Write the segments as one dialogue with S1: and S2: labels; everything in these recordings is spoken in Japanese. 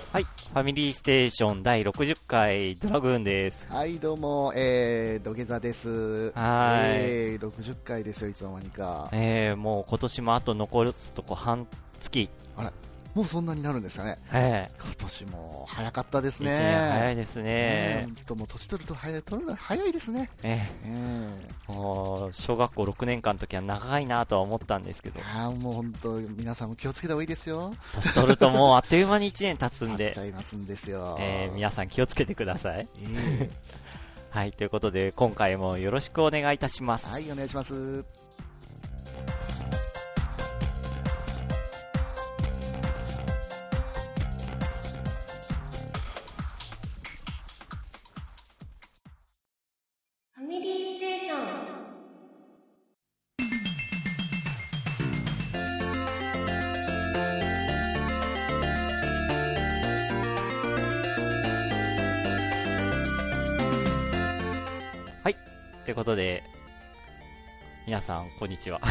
S1: はい、ファミリーステーション第60回ドラグーンです。
S2: はい、どうも、土下座です。60回ですよ、いつの間にか。
S1: もう今年もあと残すとこ半月。
S2: あら、もうそんなになるんですかね。今年も早かったですね。
S1: 1年早いですね。
S2: 本当もう年取ると早いですね。
S1: もう小学校6年間の時は長いなとは思ったんですけど。
S2: もう本当皆さんも気をつけた方がいいですよ。
S1: 年取るともうあっという間に1年経つんで。
S2: 経っちゃいますんですよ。
S1: 皆さん気をつけてください。はい、ということで今回もよろしくお願いいたします。
S2: はい、お願いします。
S3: ファミリーステーション。
S1: はい、ということで皆さんこんにちは。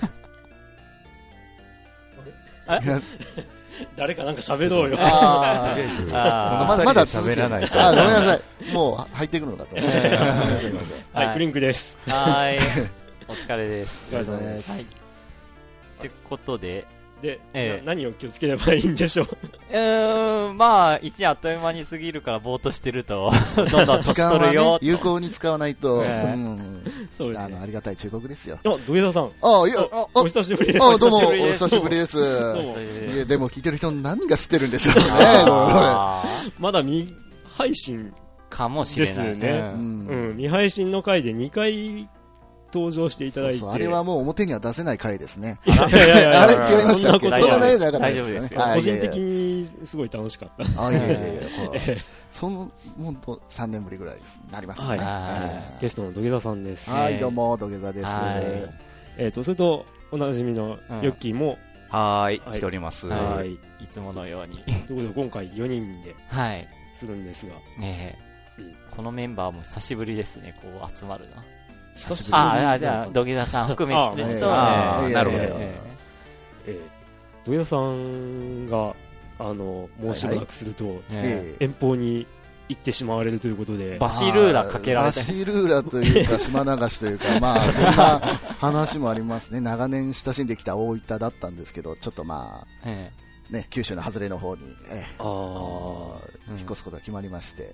S4: 誰かなんか喋ろうよ。
S5: まだ喋らないと。
S2: ごめんなさい。もう入ってくるのかと思って。
S4: はい、クリンクです。
S1: はい、お疲れです。
S2: お疲れ様です。
S1: はい。ということで、
S4: 何を気をつければいいんでしょう。
S1: まあ、1年あっという間に過ぎるからぼーっとしてると、どんどん年取るよ。
S2: 有効に使わないと、
S4: そうですね。
S2: ありがたい忠告ですよ。
S4: 土下座さん。
S2: お
S4: 久しぶりです。
S2: どうも、お久しぶりです。でも聞いてる人何が知ってるんでしょうね。
S4: まだ未配信
S1: かもしれない
S4: ですね。未配信の回で2回登場していただいて、
S2: あれはもう表には出せない回ですね。
S4: あれ
S2: 違いましたっけ？そんな内容なかったですよね。
S4: 個人的にすごい楽しかった。
S2: その本当3年ぶりぐらいになりますね。
S4: ゲストの土下座さんです。
S2: はい、どうも土下座です。
S4: それとおなじみのヨッキーも
S5: 来ております。
S1: いつものように。
S4: ということで今回4人でするんですが、
S1: このメンバーも久しぶりですね。こう集まるな。じゃあ土下座さん含めて。
S5: なるほど。
S4: 土下座さんがもうしばらくすると遠方に行ってしまわれるということで、
S1: バシルーラかけられて、
S2: バシルーラというか島流しというか、まあそんな話もありますね。長年親しんできた大分だったんですけど、ちょっとまあね、九州の外れの方に引っ越すことが決まりまして、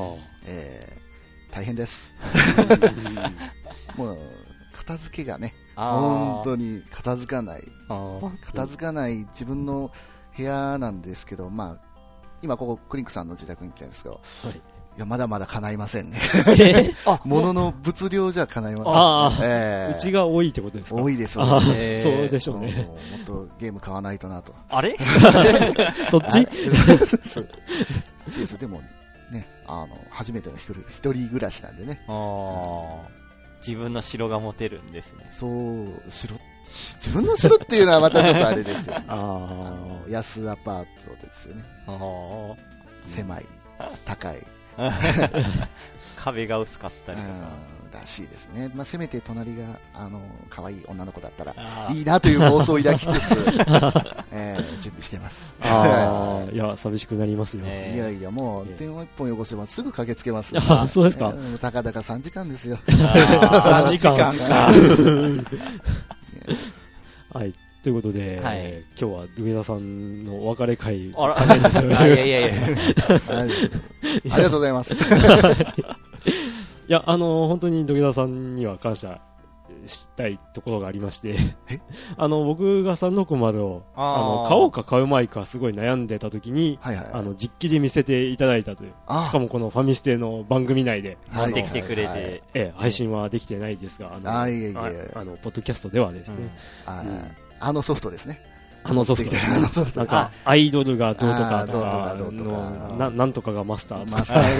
S2: 大変です。もう片付けがね、本当に片付かない自分の部屋なんですけど、まあ今ここクリンクさんの自宅に来てるんですけど、いやまだまだ叶いませんね。物の物量じゃ叶いません。
S4: うちが多いってことですか？
S2: 多いです。
S4: そうでしょうね。
S2: もっとゲーム買わないとなと。
S1: あれ？
S4: そっち？
S2: でもね、初めての一人暮らしなんでね。
S1: 自分の城が持てるんですね。
S2: そう、自分の城っていうのはまたちょっとあれですけど、安アパートですよね。狭い、高い。
S1: 壁が薄かったりと
S2: からしいですね。まあ、せめて隣が可愛い女の子だったらいいなという妄想を抱きつつ準備してます。
S4: いや寂しくなりますよ。
S2: いやもう電話一本よこせばすぐ駆けつけます。
S4: そうですか。
S2: たかだか3時間ですよ。
S4: 3時間か。はい。ということで、今日は土下座さんのお別れ会。いや。
S2: ありがとうございます。
S4: いや、本当に土下座さんには感謝したいところがありまして、僕が360を、買おうか買うまいかすごい悩んでた時に、実機で見せていただいたという。しかもこのファミステの番組内で。
S1: 持ってきてくれて。
S4: 配信はできてないですが、ポッドキャストではですね。
S2: ソフトですね。
S4: ソフト。なんか、アイドルがどうとかなんとかがマスター。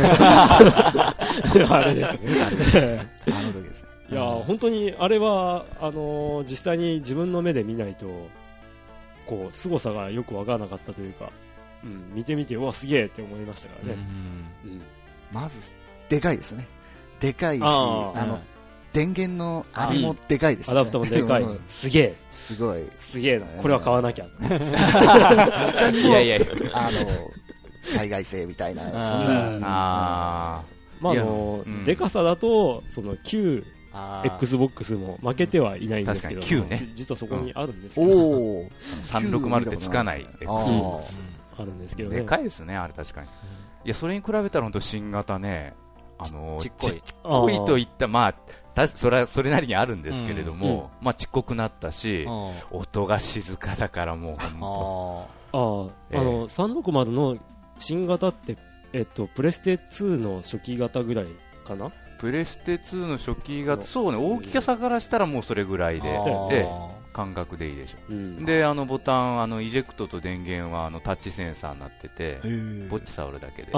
S4: あれですね。
S2: 時ですね。
S4: いや、本当に、あれは、実際に自分の目で見ないと、こう、凄さがよくわからなかったというか、見てみて、うわ、すげえって思いましたからね。
S2: まず、でかいですね。でかいし、電源のあれもでかいですね。
S4: アダプターもでかい。すげえ。
S2: すごい。
S4: すげえな。これは買わなきゃ。
S1: いや。
S2: 海外製みたいな、そんな。
S4: まあでかさだとその旧 XBOX も負けてはいないんですけど、
S5: 確かに旧ね、
S4: 実はそこにあるんですけど、
S5: 360ってつかない XBOX
S4: あるんですけどね。
S5: でかいですね、あれ確かに。いや、それに比べたら本当新型ね、ちっこいといった、まあそれなりにあるんですけれども、まあちっこくなったし、音が静かだからもう本当。
S4: 360の新型ってプレステ2の初期型ぐらいかな。
S5: プレステ2の初期型、そうね、大きさからしたらもうそれぐらいで、感覚でいいでしょ。で、ボタン、イジェクトと電源はタッチセンサーになってて、ぼっち触るだけで。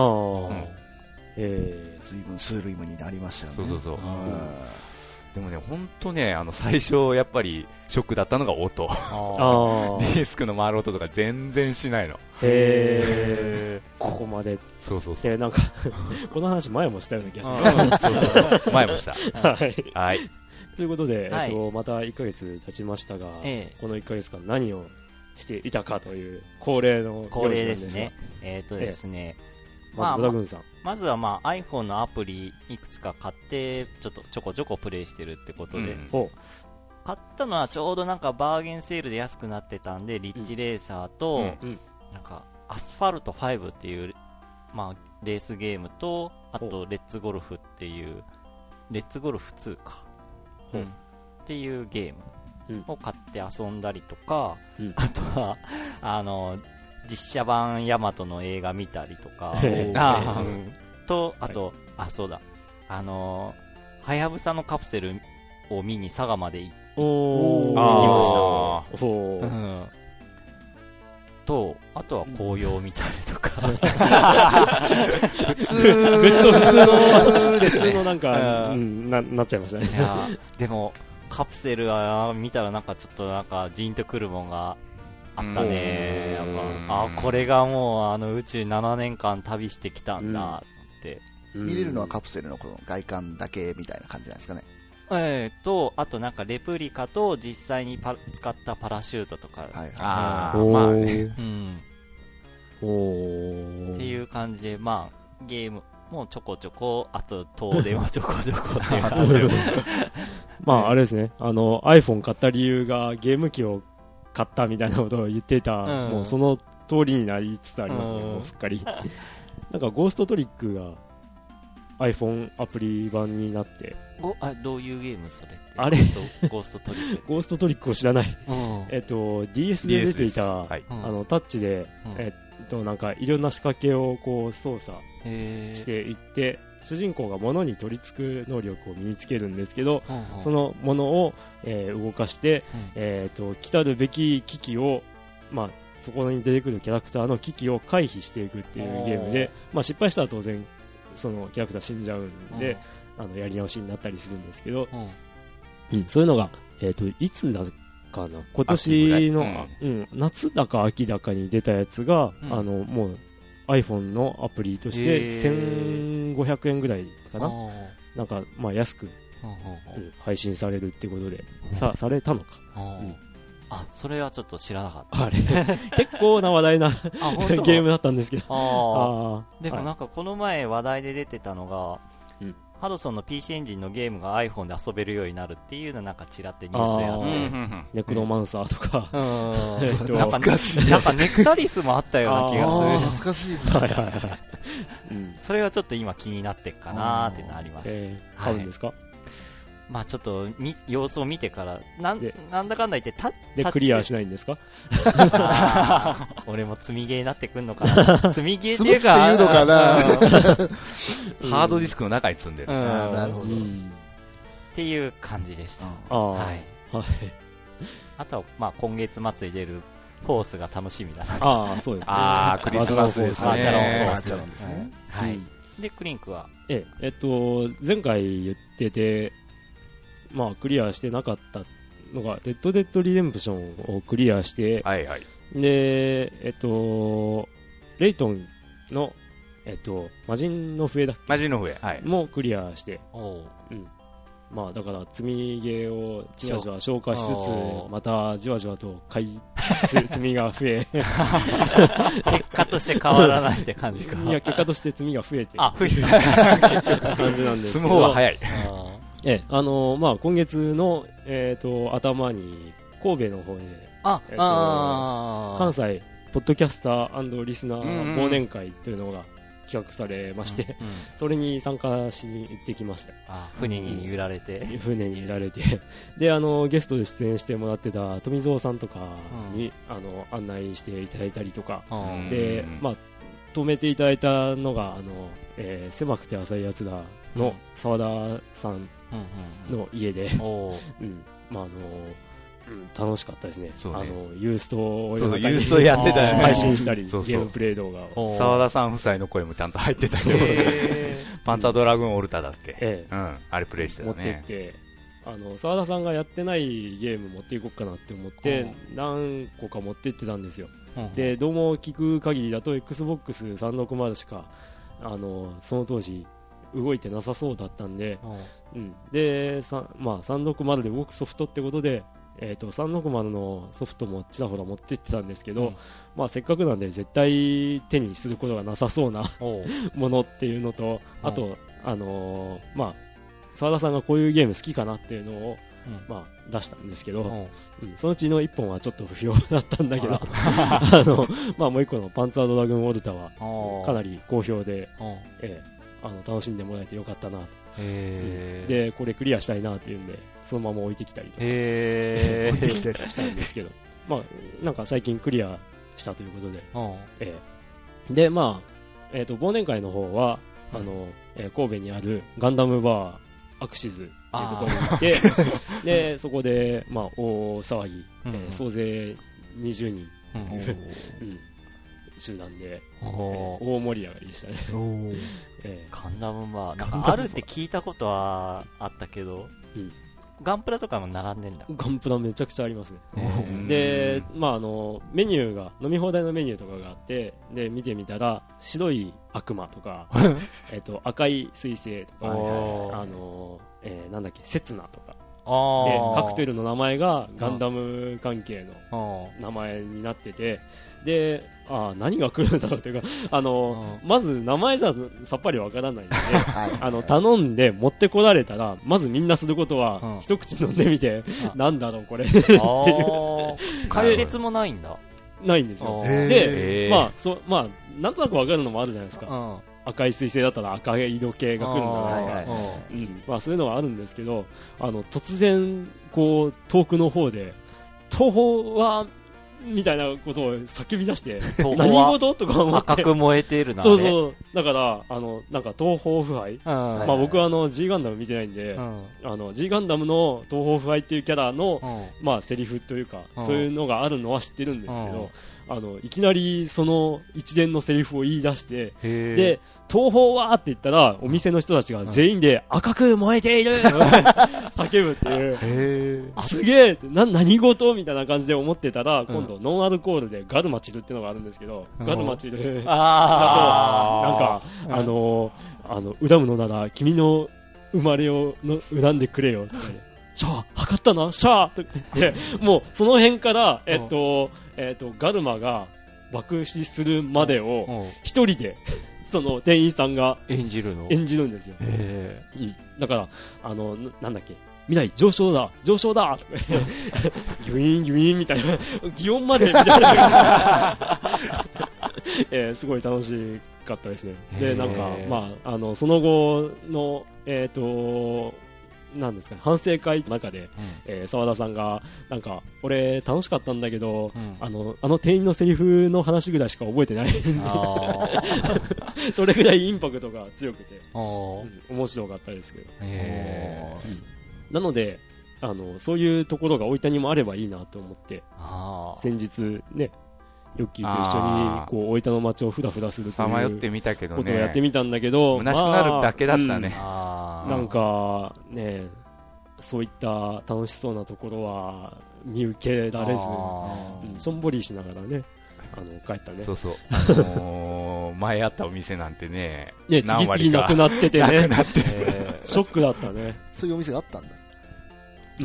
S2: 随分スリムになりましたよね。
S5: そう。でもね、本当ね、最初やっぱりショックだったのが音。ディスクの回る音とか全然しないの。
S4: ここまで。
S5: そう。
S4: なんかこの話前もしたような気がす
S5: る。そう。前もした。はい。
S4: ということで、また1ヶ月経ちましたが、この1ヶ月間何をしていたかという恒例
S1: ですね。ですね。
S4: まずドラグーンさん。
S1: まずはiPhone のアプリいくつか買ってちょこちょこプレイしてるってことで、買ったのはちょうどなんかバーゲンセールで安くなってたんで、リッチレーサーと、なんかアスファルト5っていうレースゲームと、あとレッツゴルフっていうレッツゴルフ2か、っていうゲームを買って遊んだりとか、あとは実写版ヤマトの映画見たりとかと、あとそうだ、はやぶさのカプセルを見に佐賀まで行きましたと、あとは紅葉を見たりとか
S5: 普通
S4: のなんかなっちゃいましたね。
S1: いやでもカプセルは見たらなんかちょっとなんかジーンとくるもんがあったね。これがもう宇宙7年間旅してきたんだって、
S2: 見れるのはカプセルのこの外観だけみたいな感じなんですかね。
S1: あとなんかレプリカと実際に使ったパラシュートとか、
S5: まあね、
S1: っていう感じで、ゲームもちょこちょこ、あと遠出もちょこちょこっていう感じで
S4: あれですね、iPhone 買った理由がゲーム機を買ったみたいなことを言っていた、もうその通りになりつつありますね、もうすっかりなんかゴーストトリックが iPhone アプリ版になって、
S1: どういうゲームそれって？
S4: あれ
S1: ゴーストトリック
S4: ゴーストトリックを知らないDS で出ていた、タッチで、なんかいろんな仕掛けをこう操作していって、主人公が物に取り付く能力を身につけるんですけど、その物を、動かして、来たるべき危機を、そこに出てくるキャラクターの危機を回避していくっていうゲームで、失敗したら当然そのキャラクター死んじゃうんで、やり直しになったりするんですけど、そういうのが、いつだかな、今年の、夏だか秋だかに出たやつが、もう iPhone のアプリとして1500円ぐらいかな、なんか安く、配信されるってことで、されたのか。
S1: それはちょっと知らなかった。
S4: あれ結構な話題なゲームだったんですけど。
S1: でもなんかこの前話題で出てたのが、ハドソンの PC エンジンのゲームが iPhone で遊べるようになるっていうのなんかちらってニュースやって、
S4: ネクロマンサーとか、
S2: 懐かしい。
S1: なんかネクタリスもあったような気がする。
S2: 懐かしい。
S1: それはちょっと今気になってっかなーってなります。
S4: 買うんですか？
S1: ちょっと様子を見てからなんだかんだ言って
S4: でクリアしないんですか？
S1: 俺も積みゲーになってくんのかな。積みゲーっていうか
S2: ハ
S5: ードディスクの中に積んでる。
S2: なるほど。
S1: っていう感じでした。あとは今月末に出るフォースが楽しみだな。
S4: そうですね。
S5: クリスマスですね。
S2: バーチャロンですね。
S1: はい。でクリンクは
S4: 前回言ってて、クリアしてなかったのがレッドデッドリデンプションをクリアして、でレイトンの魔人の笛だっけ？
S5: 魔人の笛、
S4: もクリアして、だから積みゲーをじわじわ消化しつつ、またじわじわと買い罪が増え
S1: 結果として変わらないって感じか。
S4: いや、結果として罪が増えて
S1: 増えてる
S4: 感じなんですけど、
S5: 相撲は早い。
S4: まあ、今月の、頭に神戸の方で、関西ポッドキャスター&リスナー忘年会というのが企画されまして、それに参加しに行ってきました。
S1: 船に揺られて。
S4: 船に揺られて。で、ゲストで出演してもらってた富蔵さんとかに、案内していただいたりとか、で、まあ、止めていただいたのが、狭くて浅いやつだの沢田さんの家で、まあ、楽しかったですね。ユーストを
S5: やってたよね。
S4: 配信したり、ゲームプレイ動画を。
S5: 沢田さん夫妻の声もちゃんと入ってたけど、パンツァードラグーンオルタだっけ、あれプレイしてたね。
S4: 持ってって、沢田さんがやってないゲーム持っていこうかなって思って、何個か持ってってたんですよ。で、どうも聞く限りだと、Xbox360 しか、その当時、動いてなさそうだったんで、で、まあ、360で動くソフトってことで、360のソフトもちらほら持ってってたんですけど、まあ、せっかくなんで絶対手にすることがなさそうなものっていうのと、あと、まあ、沢田さんがこういうゲーム好きかなっていうのを、まあ、出したんですけど、そのうちの1本はちょっと不評だったんだけどまあ、もう1個のパンツァードラグーンオルタはかなり好評で、楽しんでもらえてよかったなと。で、これクリアしたいなっていうんで、そのまま置いてきたりとかしたんですけど、まあ、なんか最近クリアしたということで、で、まあ、忘年会の方は、神戸にあるガンダムバーアクシズっていうところに行って、で、そこで、まあ、大騒ぎ、総勢20人、集団で、大盛り上がりでしたね。
S1: ガンダムバー、なんかあるって聞いたことはあったけど、ガンプラとかも並んでんだ。
S4: ガンプラめちゃくちゃありますね。で、まあメニューが、飲み放題のメニューとかがあって、で、見てみたら、白い悪魔とか、赤い彗星とか、なんだっけ、刹那とか。で、カクテルの名前がガンダム関係の名前になってて、で、何が来るんだろうというか、まず名前じゃさっぱりわからないんで、頼んで持ってこられたら、まずみんなすることは、一口飲んでみて、なんだろうこれっていう。
S1: 解説もないんだ。
S4: ないんですよ。で、まあ、なんとなくわかるのもあるじゃないですか。赤い彗星だったら赤い色系が来るんだなとか、まあそういうのはあるんですけど、突然、こう、遠くの方で、東方は、みたいなことを叫び出して、何事とか思って。
S1: 赤く燃えているな。
S4: そうそう。だから、なんか東方腐敗。まあ僕はG ガンダム見てないんで、G ガンダムの東方腐敗っていうキャラの、まあセリフというか、そういうのがあるのは知ってるんですけど、いきなりその一連のセリフを言い出して、で、東方はって言ったら、お店の人たちが全員で赤く燃えている叫ぶっていう、すげえって、何事みたいな感じで思ってたら、今度ノンアルコールでガルマチルっていうのがあるんですけど、ガルマチルだと、なんか、恨むのなら君の生まれを恨んでくれよって。シャー測ったなシャーと言って、もうその辺から、ガルマが爆死するまでを一人でその店員さんが演じるんですよ。だから、なんだっけ、未来上昇だとかギュイーンギュイーンみたいな、擬音までみたいなすごい楽しかったですね。で、なんか、まあ、その後の、なんですかね、反省会の中で、沢田さんが、なんか、俺楽しかったんだけど、あの店員のセリフの話ぐらいしか覚えてないそれぐらいインパクトが強くて、面白かったですけど。なので、そういうところが大分にもあればいいなと思って、先日ね、ヨッキーと一緒にこう大分の街をフラフラするということをやってみたんだけど、
S5: 虚しくなるだけだったね。
S4: なんかね、そういった楽しそうなところは見受けられず、しょんぼりしながらね、帰ったね。
S5: そうそう。前あったお店なんてね、
S4: 次々なくなっててね、ショックだったね。
S2: そういうお店があったんだ。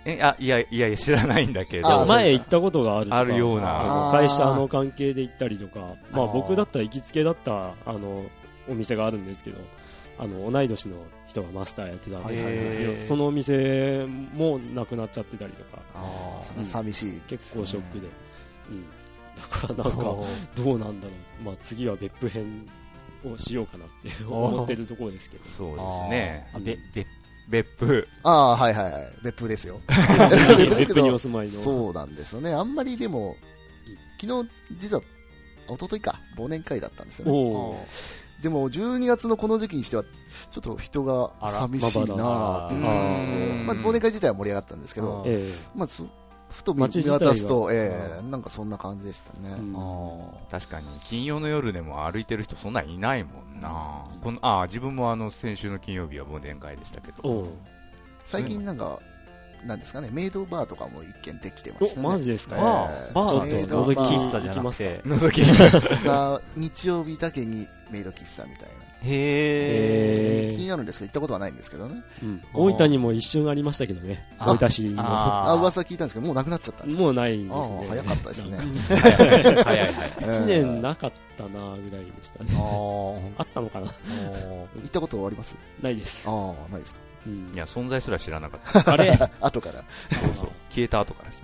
S5: いや知らないんだけど、
S4: 前行ったことがあるとか、
S5: あるような
S4: 会社の関係で行ったりとか、まあ僕だったら行きつけだったお店があるんですけど、同い年の人がマスターやってたんですけど、そのお店もなくなっちゃってたりとか、
S2: 寂しい、
S4: 結構ショックで、だからなんかどうなんだろう、まあ次は別府編をしようかなって思ってるところですけど。
S5: そうですね。別府。
S2: はいはいはい。別府ですよ。
S4: 別府にお住まいの。
S2: そうなんですよね。あんまりでも、昨日、実は、一昨日か、忘年会だったんですよね。でも、12月のこの時期にしては、ちょっと人が寂しいなという感じで、忘年会自体は盛り上がったんですけど、ふと見渡すと、なんかそんな感じでしたね。
S5: 確かに金曜の夜でも歩いてる人そんなにいないもんな。自分も先週の金曜日は忘年会でしたけど、
S2: 最近なんかなんですかね、メイドバーとかも一見できてましたね。
S4: マジですか。
S1: バーって覗き喫茶じゃなくて
S5: 覗き喫
S2: 茶日曜日だけにメイド喫茶みたいな。
S1: へ
S2: 気になるんですけど行ったことはないんですけどね。
S4: 大分にも一瞬ありましたけどね。大分市の
S2: 噂聞いたんですけどもうなくなっちゃったんですか。
S4: もうないんですね。
S2: 早かったですね。
S5: 早い
S4: 1年なかったなぐらいでしたね。あったのかな。
S2: 行ったことあります？
S4: ないです。
S2: ないですか。
S5: いや存在すら知らなかった。
S4: あれ
S2: 後から。
S5: そう消えた後からです。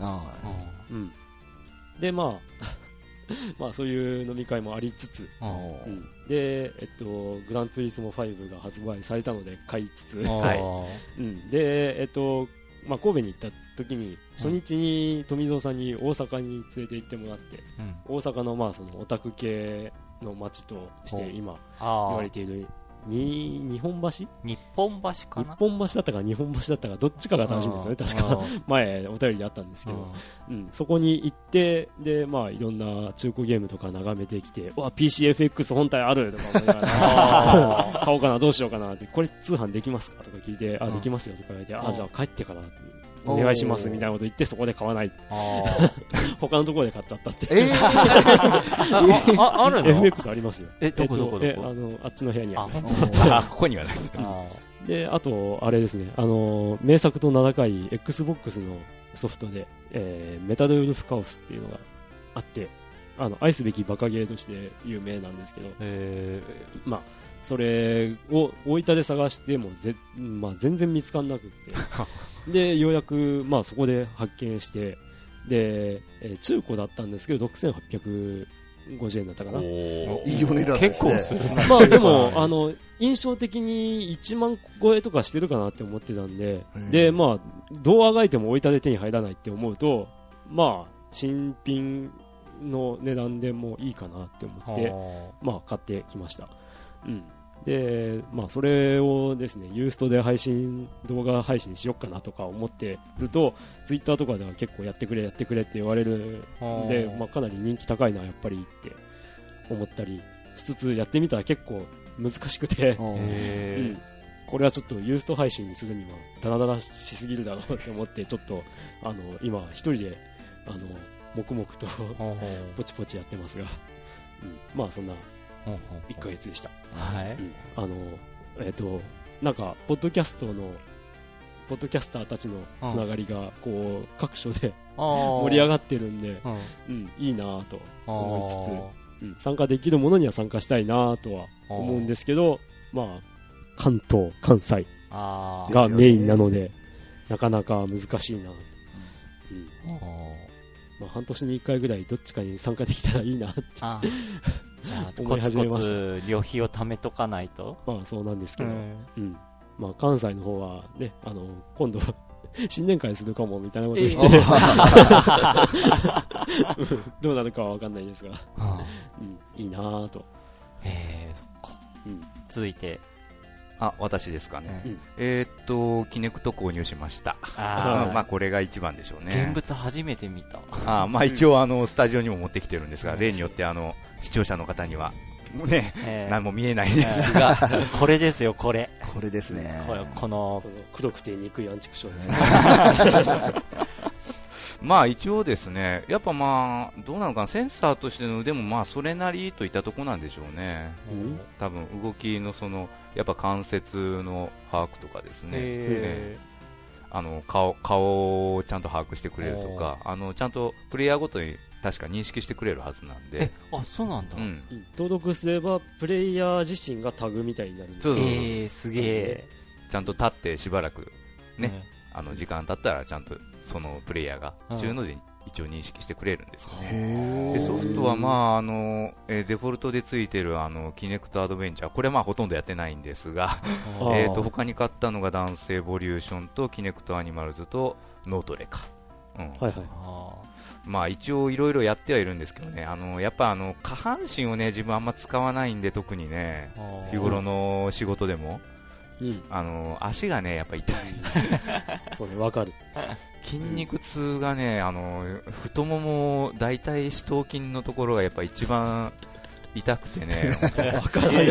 S4: でまあそういう飲み会もありつつ、でグランツーリスモ5が発売されたので買いつつ、で神戸に行った時に初日に富蔵さんに大阪に連れて行ってもらって、大阪のそのオタク系の街として今言われている日本橋
S1: かな。
S4: 日本橋だったか日本橋だったかどっちかが正しいんですよね。確か前お便りであったんですけど、そこに行ってでいろんな中古ゲームとか眺めてきて、PCFX 本体あるとか思いながら買おうかなどうしようかなって、これ通販できますかとか聞いて、できますよとか言って、じゃあ帰ってからお願いしますみたいなこと言って、そこで買わない他のところで買っちゃったって
S1: あるの
S4: FX ありますよ。
S1: どこ
S4: あっちの部屋にあり
S5: ます。ここにはない。
S4: であとあれですね、名作と名高い XBOX のソフトで、メタルウルフカオスっていうのがあって、愛すべきバカゲーとして有名なんですけど、それを大分で探しても全然見つからなくてでようやくそこで発見して、で、中古だったんですけど6850円だったかな。
S2: いいお値段ですね。
S1: 結構する。
S4: でも印象的に1万超えとかしてるかなって思ってたんで、でどうあがいても大分で手に入らないって思うと、新品の値段でもいいかなって思って買ってきました。でそれをですねユーストで動画配信しよっかなとか思ってると、ツイッターとかでは結構やってくれって言われるんで、かなり人気高いなやっぱりって思ったりしつつ、やってみたら結構難しくてこれはちょっとユースト配信にするにはダラダラしすぎるだろうって思って、ちょっと今一人で黙々とポチポチやってますが、そんな1ヶ月でした。なんかポッドキャスターたちのつながりがこう各所で盛り上がってるんで、いいなと思いつつ、参加できるものには参加したいなとは思うんですけど、関東関西がメインなのでなかなか難しいな。半年に1回ぐらいどっちかに参加できたらいいなって
S1: じゃあコツコツ旅費を貯めとかないと。
S4: そうなんですけど、関西の方はね、今度新年会するかもみたいなこと言ってどうなるかは分かんないですが、いいなぁと。
S1: そっか。続いて
S5: 私ですかね。キネクト購入しました。これが一番でしょうね。
S1: 現物初めて見た。
S5: 一応スタジオにも持ってきてるんですが、例によって視聴者の方には何も見えないですが、
S1: これですよ、これ
S2: ですね。
S4: この黒くて憎いアンチクショーです
S5: ね。一応ですね、やっぱどうなのかな、センサーとしての腕もそれなりといったところなんでしょうね。多分動きのやっぱ関節の把握とかですね。 顔をちゃんと把握してくれるとか、ちゃんとプレイヤーごとに確か認識してくれるはずなんで。
S1: そうなんだ。
S4: 登録すればプレイヤー自身がタグみたいになるんです。
S5: そう
S1: すげえ。
S5: ちゃんと立ってしばらくね、時間経ったらちゃんとそのプレイヤーがっていうので一応認識してくれるんですよね。でソフトはデフォルトでついてるキネクトアドベンチャー、これはほとんどやってないんですが他に買ったのがダンスエボリューションとキネクトアニマルズとノートレか、一応いろいろやってはいるんですけどね、やっぱ下半身をね自分あんま使わないんで、特にね日頃の仕事でも、足がねやっぱ痛い
S4: そうね、わかる。
S5: 筋肉痛がね、太もも大腿四頭筋のところがやっぱ一番痛くてね
S2: わかんない。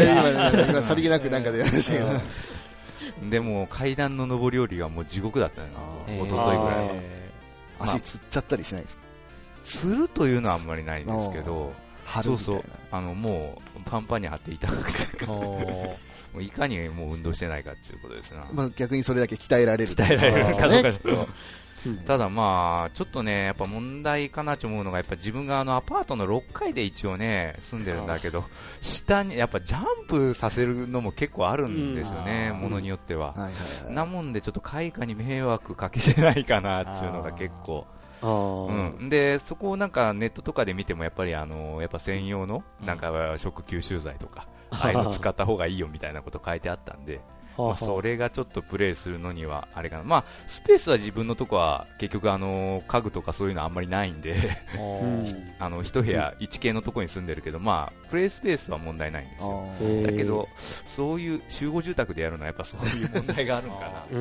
S2: 今さりげなくなんかでやりましたけど
S5: でも階段の上り下りがもう地獄だったのよ、一昨日ぐらいは。
S2: 足つっちゃったりしないですか？
S5: つるというのはあんまりないんですけど、
S2: そう
S5: そう、もうパンパンに張って痛くてもういかにもう運動してないかっていうことですな。
S2: 逆にそれだけ鍛えられる
S5: かどうかただちょっとねやっぱ問題かなと思うのが、やっぱ自分がアパートの6階で一応ね住んでるんだけど、下にやっぱジャンプさせるのも結構あるんですよね、ものによっては。なもんでちょっと階下に迷惑かけてないかなっていうのが結構。でそこをなんかネットとかで見てもやっぱりやっぱ専用のなんか食吸収剤とかああいうの使った方がいいよみたいなこと書いてあったんで、それがちょっとプレイするのにはあれかな。スペースは自分のとこは結局家具とかそういうのあんまりないんで一部屋1系のとこに住んでるけど、プレイスペースは問題ないんですよ。だけどそういう集合住宅でやるのはやっぱそういう問題があるんかな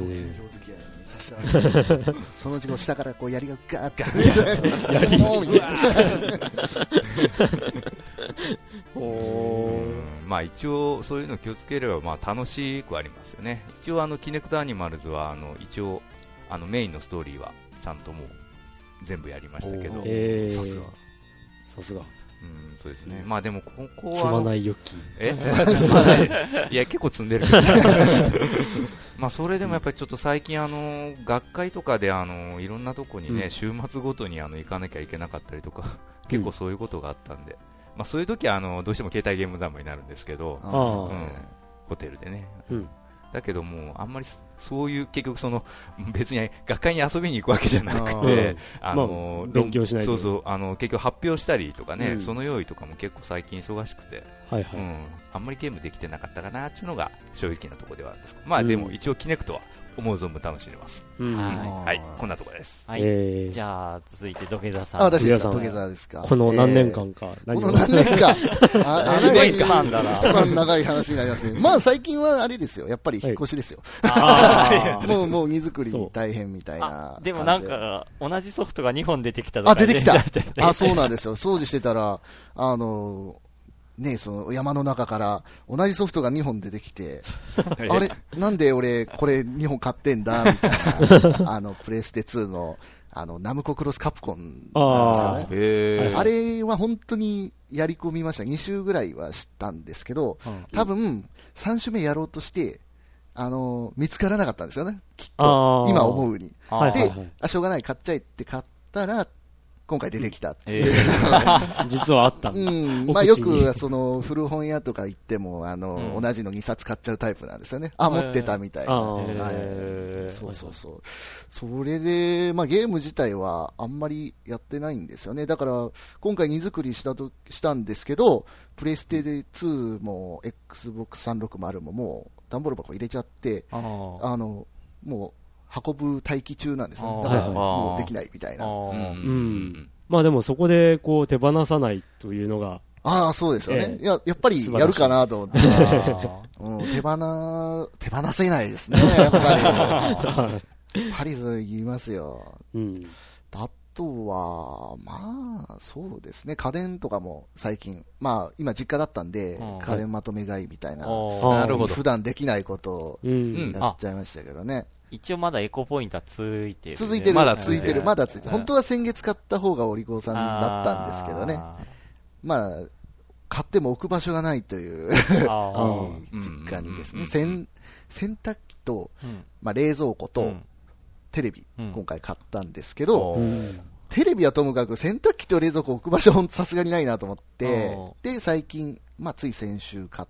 S2: そのうち下からこう槍がガーッ
S5: と一応そういうの気をつければ楽しくありますよね。一応キネクトアニマルズは一応メインのストーリーはちゃんともう全部やりましたけど、
S4: さすが
S5: そうですね。でもここは
S4: 積まないよき
S5: 積まないいや結構積んでるけどそれでもやっぱりちょっと最近学会とかでいろんなとこにね、週末ごとに行かなきゃいけなかったりとか結構そういうことがあったんで、そういう時はどうしても携帯ゲーム三昧になるんですけど、ホテルでね、だけどもうあんまりそういう結局別に学会に遊びに行くわけじゃなくて
S4: 勉強しないと、
S5: 結局発表したりとかね、その用意とかも結構最近忙しくて、あんまりゲームできてなかったかなっていうのが正直なところではあるんですけど、でも一応キネクトは思う存分楽しんでます。はい、こんなところです。
S1: じゃあ続いて土下座さん。
S2: 私ですか、土下座ですか。
S4: この何年間か、
S2: この何年間長い話になりますね。最近はあれですよ、やっぱり引っ越しですよ。もう荷造り大変みたいな。
S1: でもなんか同じソフトが2本出てきたとか。
S2: 出てきた。そうなんですよ。掃除してたらその山の中から同じソフトが2本出てきてあれなんで俺これ2本買ってんだみたいなプレステ2のナムコクロスカプコンなんですよね。あれは本当にやり込みました。2週ぐらいはしたんですけど、多分3週目やろうとして見つからなかったんですよね、きっと今思うに。でしょうがない買っちゃえって買ったら今回出てきたっていう、
S4: 実はあったんだ。
S2: よく古本屋とか行っても同じの2冊買っちゃうタイプなんですよね。持ってたみたいな。そうそれでゲーム自体はあんまりやってないんですよね。だから今回荷造りしたんですけど、プレステで2も Xbox360 ももう段ボール箱入れちゃってもう運ぶ待機中なんですね。だからもうできないみたいな。
S4: でもそこでこう手放さないというのが。
S2: そうですよね。やっぱりやるかなと思って。手放せないですね。やっぱり。パリズ言いますよ。あとはそうですね。家電とかも最近今実家だったんで家電まとめ買いみたいな。普段できないことをやっちゃいましたけどね。
S1: 一応まだエコポイントはついてる、ね、
S2: 続いてる。まだついてる。本当は先月買った方がお利口さんだったんですけどね。買っても置く場所がないという実家にですね、洗濯機と、冷蔵庫と、 テレビ、今回買ったんですけど、テレビはともかく洗濯機と冷蔵庫置く場所さすがにないなと思って、で、最近、つい先週買って、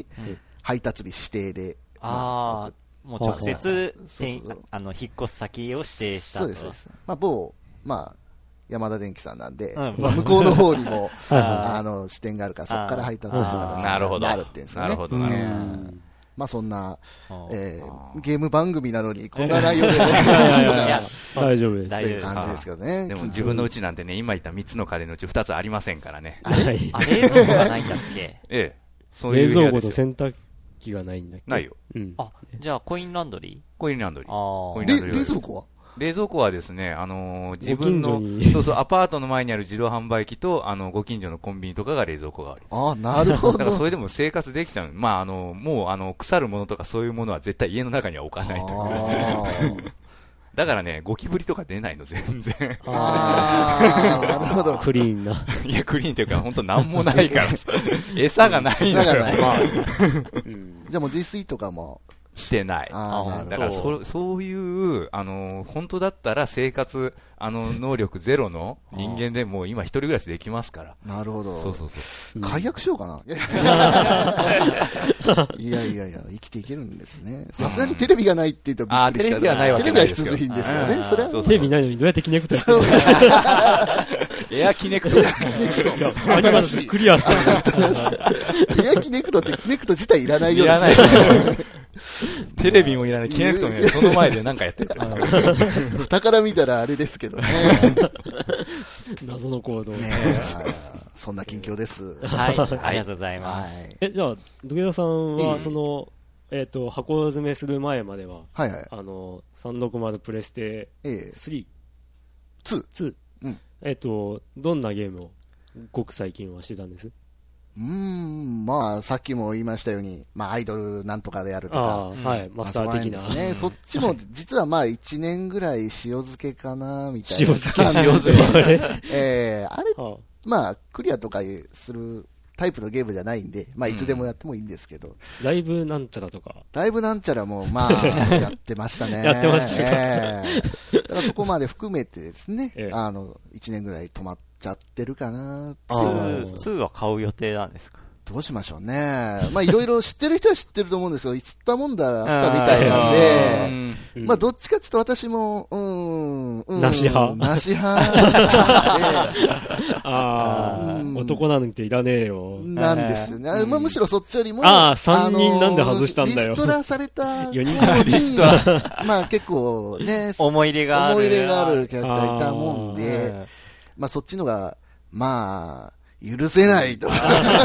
S2: 配達日指定で、
S1: もう直接、引っ越す先を指定したと。
S2: そうです。某、山田電機さんなんで、向こうの方にも、支店があるから、そこから配達という形になるっていうんですよね。
S5: なるほど。
S2: そんな、ゲーム番組なのに、こんな内容で、
S4: 大丈夫です。
S2: という感じですけどね。
S5: でも自分のうちなんてね、今言った3つの家電のうち2つありませんからね。
S1: 冷蔵庫がないんだっけ？
S5: そういう
S4: 冷蔵庫と洗濯機がないんだっけ？
S5: ないよ。
S1: じゃあコインランドリー？
S5: コインランドリー。
S2: 冷蔵庫は？
S5: 冷蔵庫はですね、自分の、アパートの前にある自動販売機と、ご近所のコンビニとかが冷蔵庫がある。
S2: なるほど。
S5: だからそれでも生活できちゃう。もう、腐るものとかそういうものは絶対家の中には置かないという。だからね、ゴキブリとか出ないの、全然。
S2: なるほど。
S4: クリーンな。
S5: いや、クリーンっていうか、ほんとなんもないからさ。餌がないのよ。
S2: じゃあもう自炊とかも。
S5: してない。だからそういう、本当だったら生活、能力ゼロの人間でもう今一人暮らしできますから。
S2: なるほど。
S5: そう。
S2: 解約しようかな。いや、生きていけるんですね。さすがにテレビがないって言うとびっくりした。
S5: テレビはないわけ
S2: ないです。テレビは必需品ですよね。それは。
S4: テレビないのにどうやってキネクトやってるの？
S5: エアキネクト。
S4: アニマスクリアした
S2: エアキネクトってキネクト自体いらないよう
S5: です。いらないです。テレビもいらない、キネクトもいらない、その前で何かやってる。
S2: 蓋から見たらあれですけどね。
S4: 謎の行動。
S2: そんな近況です。
S1: はい、ありがとうございます。
S4: じゃあ、土下座さんは、箱詰めする前までは、360プレステ3、2、どんなゲームをごく最近はしてたんです？
S2: さっきも言いましたように、アイドルなんとかであるとか、
S4: マスター的な。
S2: ですね。そっちも、実は1年ぐらい塩漬けかな、みたいな。
S4: 塩漬け
S2: あれ、クリアとかするタイプのゲームじゃないんで、いつでもやってもいいんですけど。
S4: ライブなんちゃらとか。
S2: ライブなんちゃらも、やってましたね。
S4: やってました
S2: だからそこまで含めてですね、1年ぐらい止まっちゃってるかな。
S1: 2は買う予定なんですか？
S2: どうしましょうね。いろいろ知ってる人は知ってると思うんですけど、知ったもんだあったみたいなんで、どっちかちょっと私も、
S4: なし派。男なんていらねえよ。
S2: なんですよね。むしろそっちよりも、
S4: 3人なんで外したんだよ。
S2: リストラされた
S4: 4人からリストラ。
S2: 結構ね、
S1: 思い入れがある
S2: キャラクターいたもんで、そっちのが、許せないと。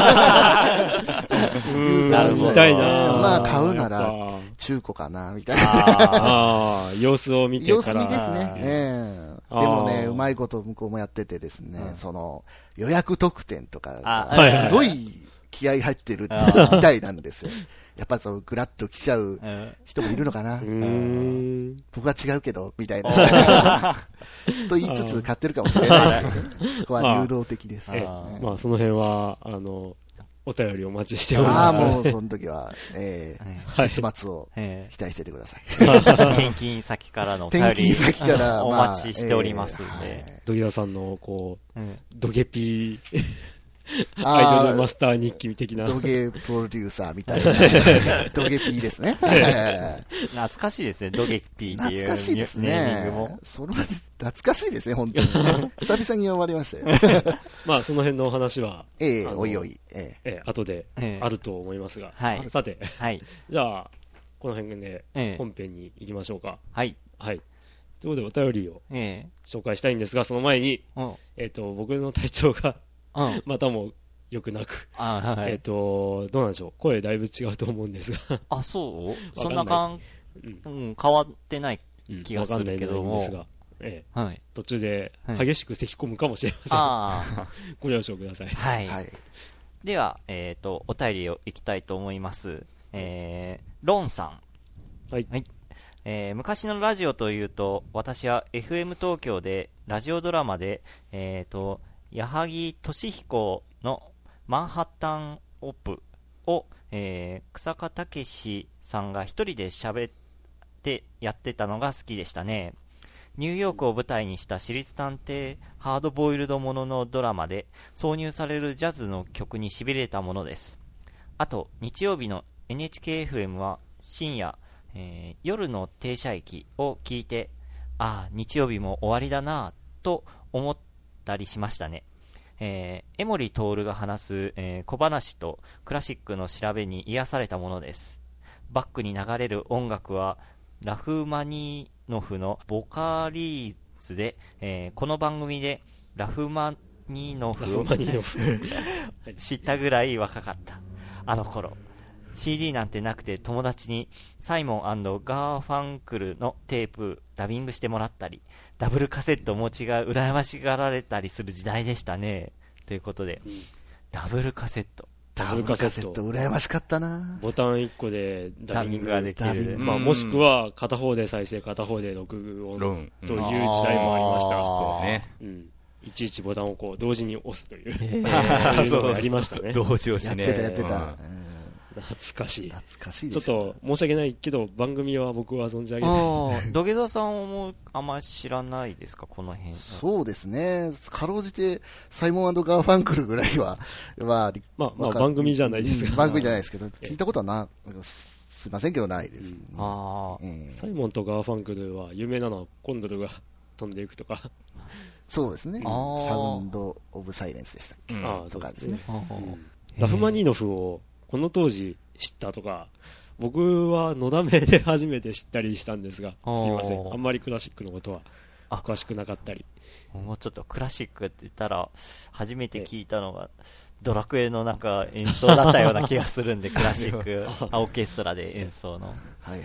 S4: なるほど。買
S2: うなら、中古かな、みたいな。
S4: 様子を見てから。
S2: 様子見ですね。でもね、うまいこと向こうもやっててですね、予約特典とかが、すごい気合入ってるみたいなんですよ。やっぱグラッと来ちゃう人もいるのかな。僕は違うけど、みたいな。と言いつつ買ってるかもしれないですけど、そこは流動的です。
S4: その辺は、お便りお待ちしております。
S2: もうその時は、結末を期待しててください。
S1: 転勤先からのお便りお待ちしておりますんで。
S4: 土下座さんの、ドゲピー、アイドルマスター日記的な。
S2: ドゲプロデューサーみたいな。ドゲピーですね。
S1: 懐かしいですね、ドゲピーっていう。
S2: 懐かしいですね。懐かしいですね、本当に。久々に呼ばれましたよ。
S4: その辺のお話は、
S2: おいおい、
S4: 後であると思いますが。さて、じゃあ、この辺で本編に行きましょうか。
S1: はい。
S4: ということで、お便りを紹介したいんですが、その前に、僕の体調が、またも良くなく。どうなんでしょう。声だいぶ違うと思うんですが。
S1: そうそんな変わってない気がするけども。
S4: 途中で激しく咳込むかもしれません。ご了承ください。
S1: はい。では、お便りをいきたいと思います。ロンさん。昔のラジオというと、私は FM 東京でラジオドラマで、矢作俊彦のマンハッタンオープを、草加武さんが一人で喋ってやってたのが好きでしたね。 ニューヨークを舞台にした私立探偵ハードボイルドもののドラマで挿入されるジャズの曲に痺れたものです。あと、日曜日の NHK-FM は深夜、夜の停車駅を聞いて、ああ、日曜日も終わりだなぁと思ったりしましたね。江守徹が話す、小話とクラシックの調べに癒されたものです。バックに流れる音楽はラフマニノフのボカリーズで、この番組でラフマニノフを知ったぐらい若かった。あの頃 CD なんてなくて友達にサイモン&ガーファンクルのテープダビングしてもらったり、ダブルカセットお持ちが羨ましがられたりする時代でしたね。ということで、ダブルカセット
S2: 羨ましかったな。
S4: ボタン1個で
S1: ダビングができる、
S4: もしくは片方で再生片方で録音という時代もありました。
S5: そうね、
S4: いちいちボタンをこう同時に押すというそういうのがありましたね。
S5: 同時押しね、
S2: やってた、
S4: 懐かしい
S2: です。
S4: ちょっと申し訳ないけど番組は僕は存じ上げない。
S1: 土下座さんもあんまり知らないですか、この辺。
S2: そうですね、かろうじてサイモン&ガーファンクルぐらいは
S4: 番組じゃないですが、
S2: 番組じゃないですけど聞いたことはすいませんけどないです、ね。
S4: サイモンとガーファンクルは有名なのはコンドルが飛んでいくとか
S2: そうですね、サウンドオブサイレンスでしたっけ、とかですね。
S4: ラフマニノフをこの当時知ったとか、僕はのだめで初めて知ったりしたんですが、すいません、あんまりクラシックのことは詳しくなかったり。
S1: もうちょっとクラシックって言ったら初めて聞いたのがドラクエのなんか演奏だったような気がするんでクラシックオーケストラで演奏の、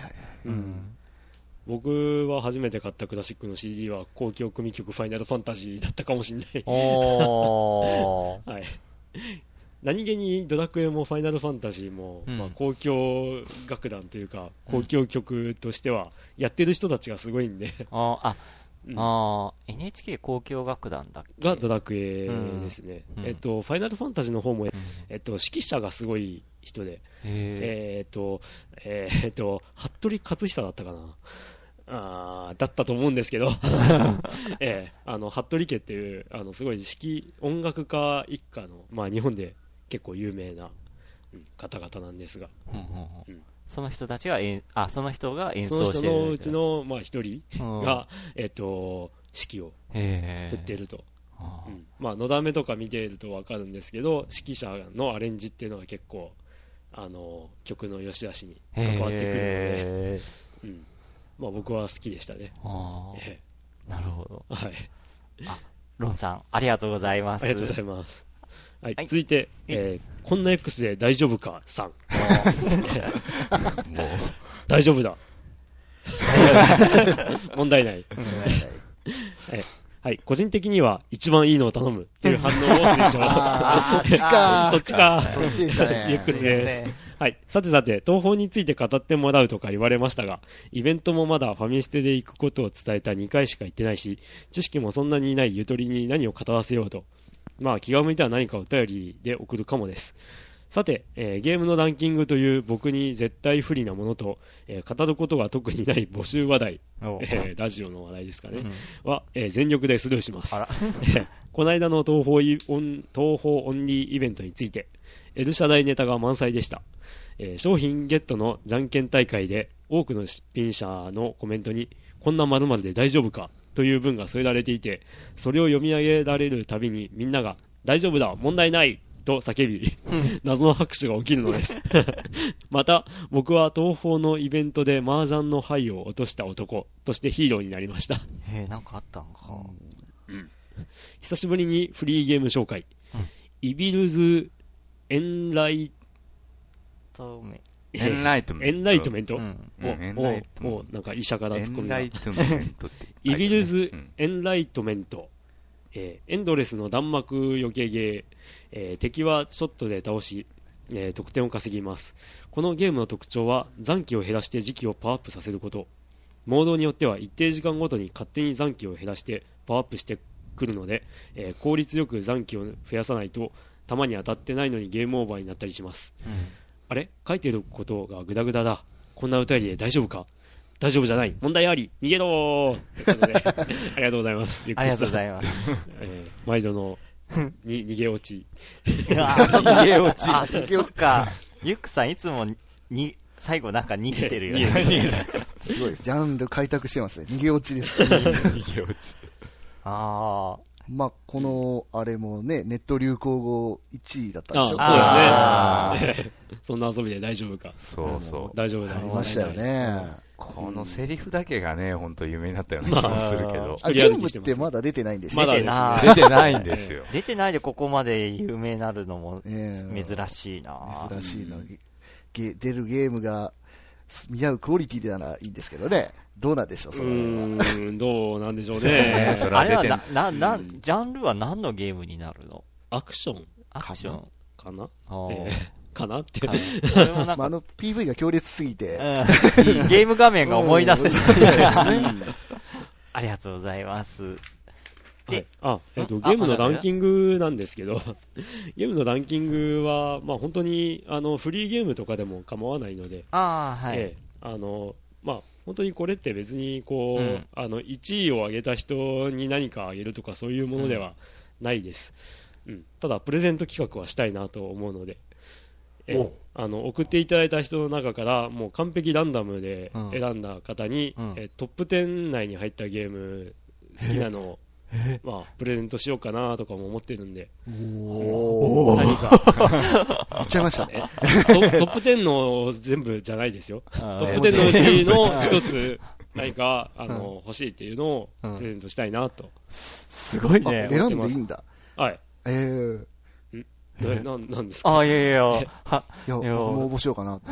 S4: 僕は初めて買ったクラシックの CD は交響組曲ファイナルファンタジーだったかもしれない。はい、何気にドラクエもファイナルファンタジーも、交響楽団というか交響曲としてはやってる人たちがすごいんで
S1: NHK 交響楽団だっけ
S4: がドラクエですね。ファイナルファンタジーの方も、指揮者がすごい人で、服部克久だったかな、だったと思うんですけど服部家っていうすごい音楽家一家の、日本で結構有名な方々なんですが、
S1: その人たちがその人が演奏してる。
S4: その人のうちの一人が指揮を振っていると。のだめとか見ていると分かるんですけど、指揮者のアレンジっていうのは結構曲の良し悪しに関わってくるので、僕は好きでしたね。
S1: なるほど。
S4: はい。
S1: ロンさんありがとうございます。
S4: ありがとうございます。はい、続いて、こんな X で大丈夫かさん。もう大丈夫だ。問題ない。はい、個人的には一番いいのを頼むっていう反応を推奨。そっちか。
S2: そっちでしたね。
S4: ゆっくりです。はい、さて東宝について語ってもらうとか言われましたが、イベントもまだファミステで行くことを伝えた2回しか行ってないし、知識もそんなにないゆとりに何を語らせようと。気が向いたら何かお便りで送るかもです。さて、ゲームのランキングという僕に絶対不利なものと、語ることが特にない募集話題、ラジオの話題ですかね、は、全力でスルーします。この間の東宝オンリーイベントについて、L 社内ネタが満載でした。商品ゲットのじゃんけん大会で多くの出品者のコメントに、こんな〇〇で大丈夫かという文が添えられていて、それを読み上げられるたびにみんなが大丈夫だ問題ないと叫び謎の拍手が起きるのですまた僕は東宝のイベントで麻雀の牌を落とした男としてヒーローになりました。
S1: なんかあったんか、
S4: 久しぶりにフリーゲーム紹介、イビルズエンライトメントもうなんか医者からツッコミがイビルズエンライトメント、エンドレスの弾幕避けゲー、敵はショットで倒し、得点を稼ぎます。このゲームの特徴は残機を減らして時期をパワーアップさせること。モードによっては一定時間ごとに勝手に残機を減らしてパワーアップしてくるので、効率よく残機を増やさないと弾に当たってないのにゲームオーバーになったりします。あれ書いてることがグダグダだ。こんな歌りで大丈夫か大丈夫じゃない。問題あり。逃げろーということでありがとうございます。
S1: ありがとうございます。
S4: 毎度の逃げ落ち。
S1: 逃げ落ち。そっか。ユックさんいつも最後なんか逃げてるよね。
S2: すごいです。ジャンル開拓してますね。逃げ落ちです、ね。逃げ落ち。
S1: ああ。
S2: まあ、この、あれもね、ネット流行語1位だったんでしょう
S4: か。そうですね。そんな遊びで大丈夫か。
S5: そうそう。
S4: 大丈夫だ。
S2: ありましたよね。
S5: このセリフだけがね、本当有名になったような気もするけど。
S2: ゲームってまだ出てないんでしょ？
S5: まだ出てないんですよ。
S1: 出てないでここまで有名になるのも珍しいな。
S2: 珍しいな。出るゲームが見合うクオリティでならいいんですけどね。どうなんでしょう、そ
S4: のどうなんでしょうね。
S1: あれはジャンルは何のゲームになるの？
S4: アクションかなかなって。
S2: PV が強烈すぎて。
S1: ゲーム画面が思い出せない。ありがとうございます。
S4: で、ゲームのランキングなんですけど、ゲームのランキングは、まあ本当に、フリーゲームとかでも構わないので、
S1: はい。
S4: まあ本当にこれって別にこう、1位を上げた人に何かあげるとかそういうものではないです。ただ、プレゼント企画はしたいなと思うので、送っていただいた人の中からもう完璧ランダムで選んだ方に、トップ10内に入ったゲーム好きなのをまあプレゼントしようかなとかも思ってるんで、
S2: 何か言っちゃいましたね。
S4: トップ10の全部じゃないですよ。トップ10のうちの一つ何か欲しいっていうのをプレゼントしたいなと。
S1: すごいね。
S2: 選んでいいんだ。
S4: はい。なんですか。
S1: いや、
S2: 僕も応募しようかな。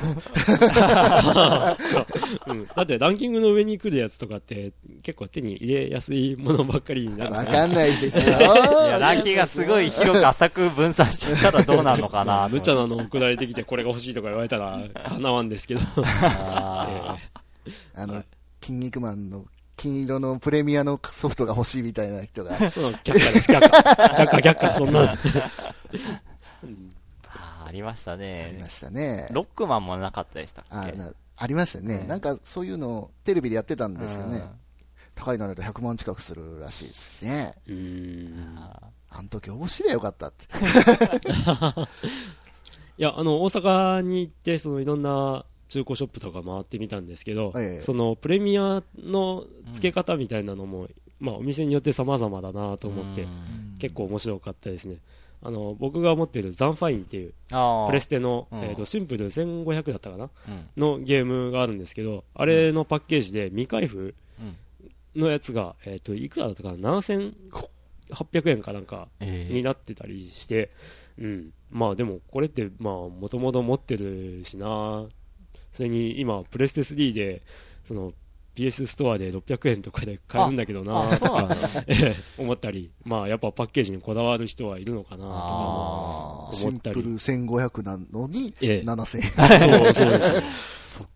S4: だってランキングの上に来るやつとかって結構手に入れやすいものばっかりになる。
S2: わかんないですよ。
S1: ランキングがすごい広く浅く分散しちゃったらどうなるのかな。
S4: 無茶なの送られてきてこれが欲しいとか言われたらかなわんですけど。
S2: 筋肉マンの金色のプレミアのソフトが欲しいみたいな人が。
S4: 却下、そんな。
S1: ありましたね。
S2: ありましたね。
S1: ロックマンもなかったでしたっけ？
S2: ありましたね。なんかそういうのテレビでやってたんですよね。高いのだと100万近くするらしいですね。あの時応募しりゃよかったって。
S4: いや、大阪に行って、いろんな中古ショップとか回ってみたんですけど、そのプレミアの付け方みたいなのも、まあお店によって様々だなと思って、結構面白かったですね。僕が持っているザンファインっていうプレステの、シンプル1500だったかな、のゲームがあるんですけど、あれのパッケージで未開封のやつが、いくらだったかな、7800円かなんかになってたりして、まあでもこれってもともと持ってるしな。それに今プレステ3でPS ストアで600円とかで買えるんだけどなとか思ったり、まあやっぱパッケージにこだわる人はいるのかなとか思ったり。
S2: シンプル1500なのに7000円。
S4: そうですね。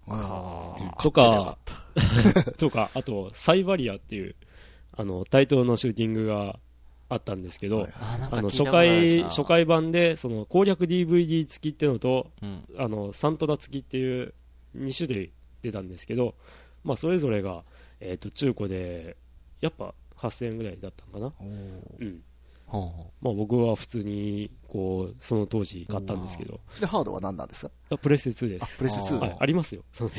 S4: とか、あとサイバリアっていう対等のシューティングがあったんですけど、初回版で攻略 DVD 付きっていうのと、サントラ付きっていう2種類出たんですけど、まあ、それぞれが、中古でやっぱ8000円ぐらいだったのかな。まあ、僕は普通にその当時買ったんですけど。
S2: それハードは何なんですか？
S4: プレステ2です。
S2: プレステ 2？
S4: ありますよ。そう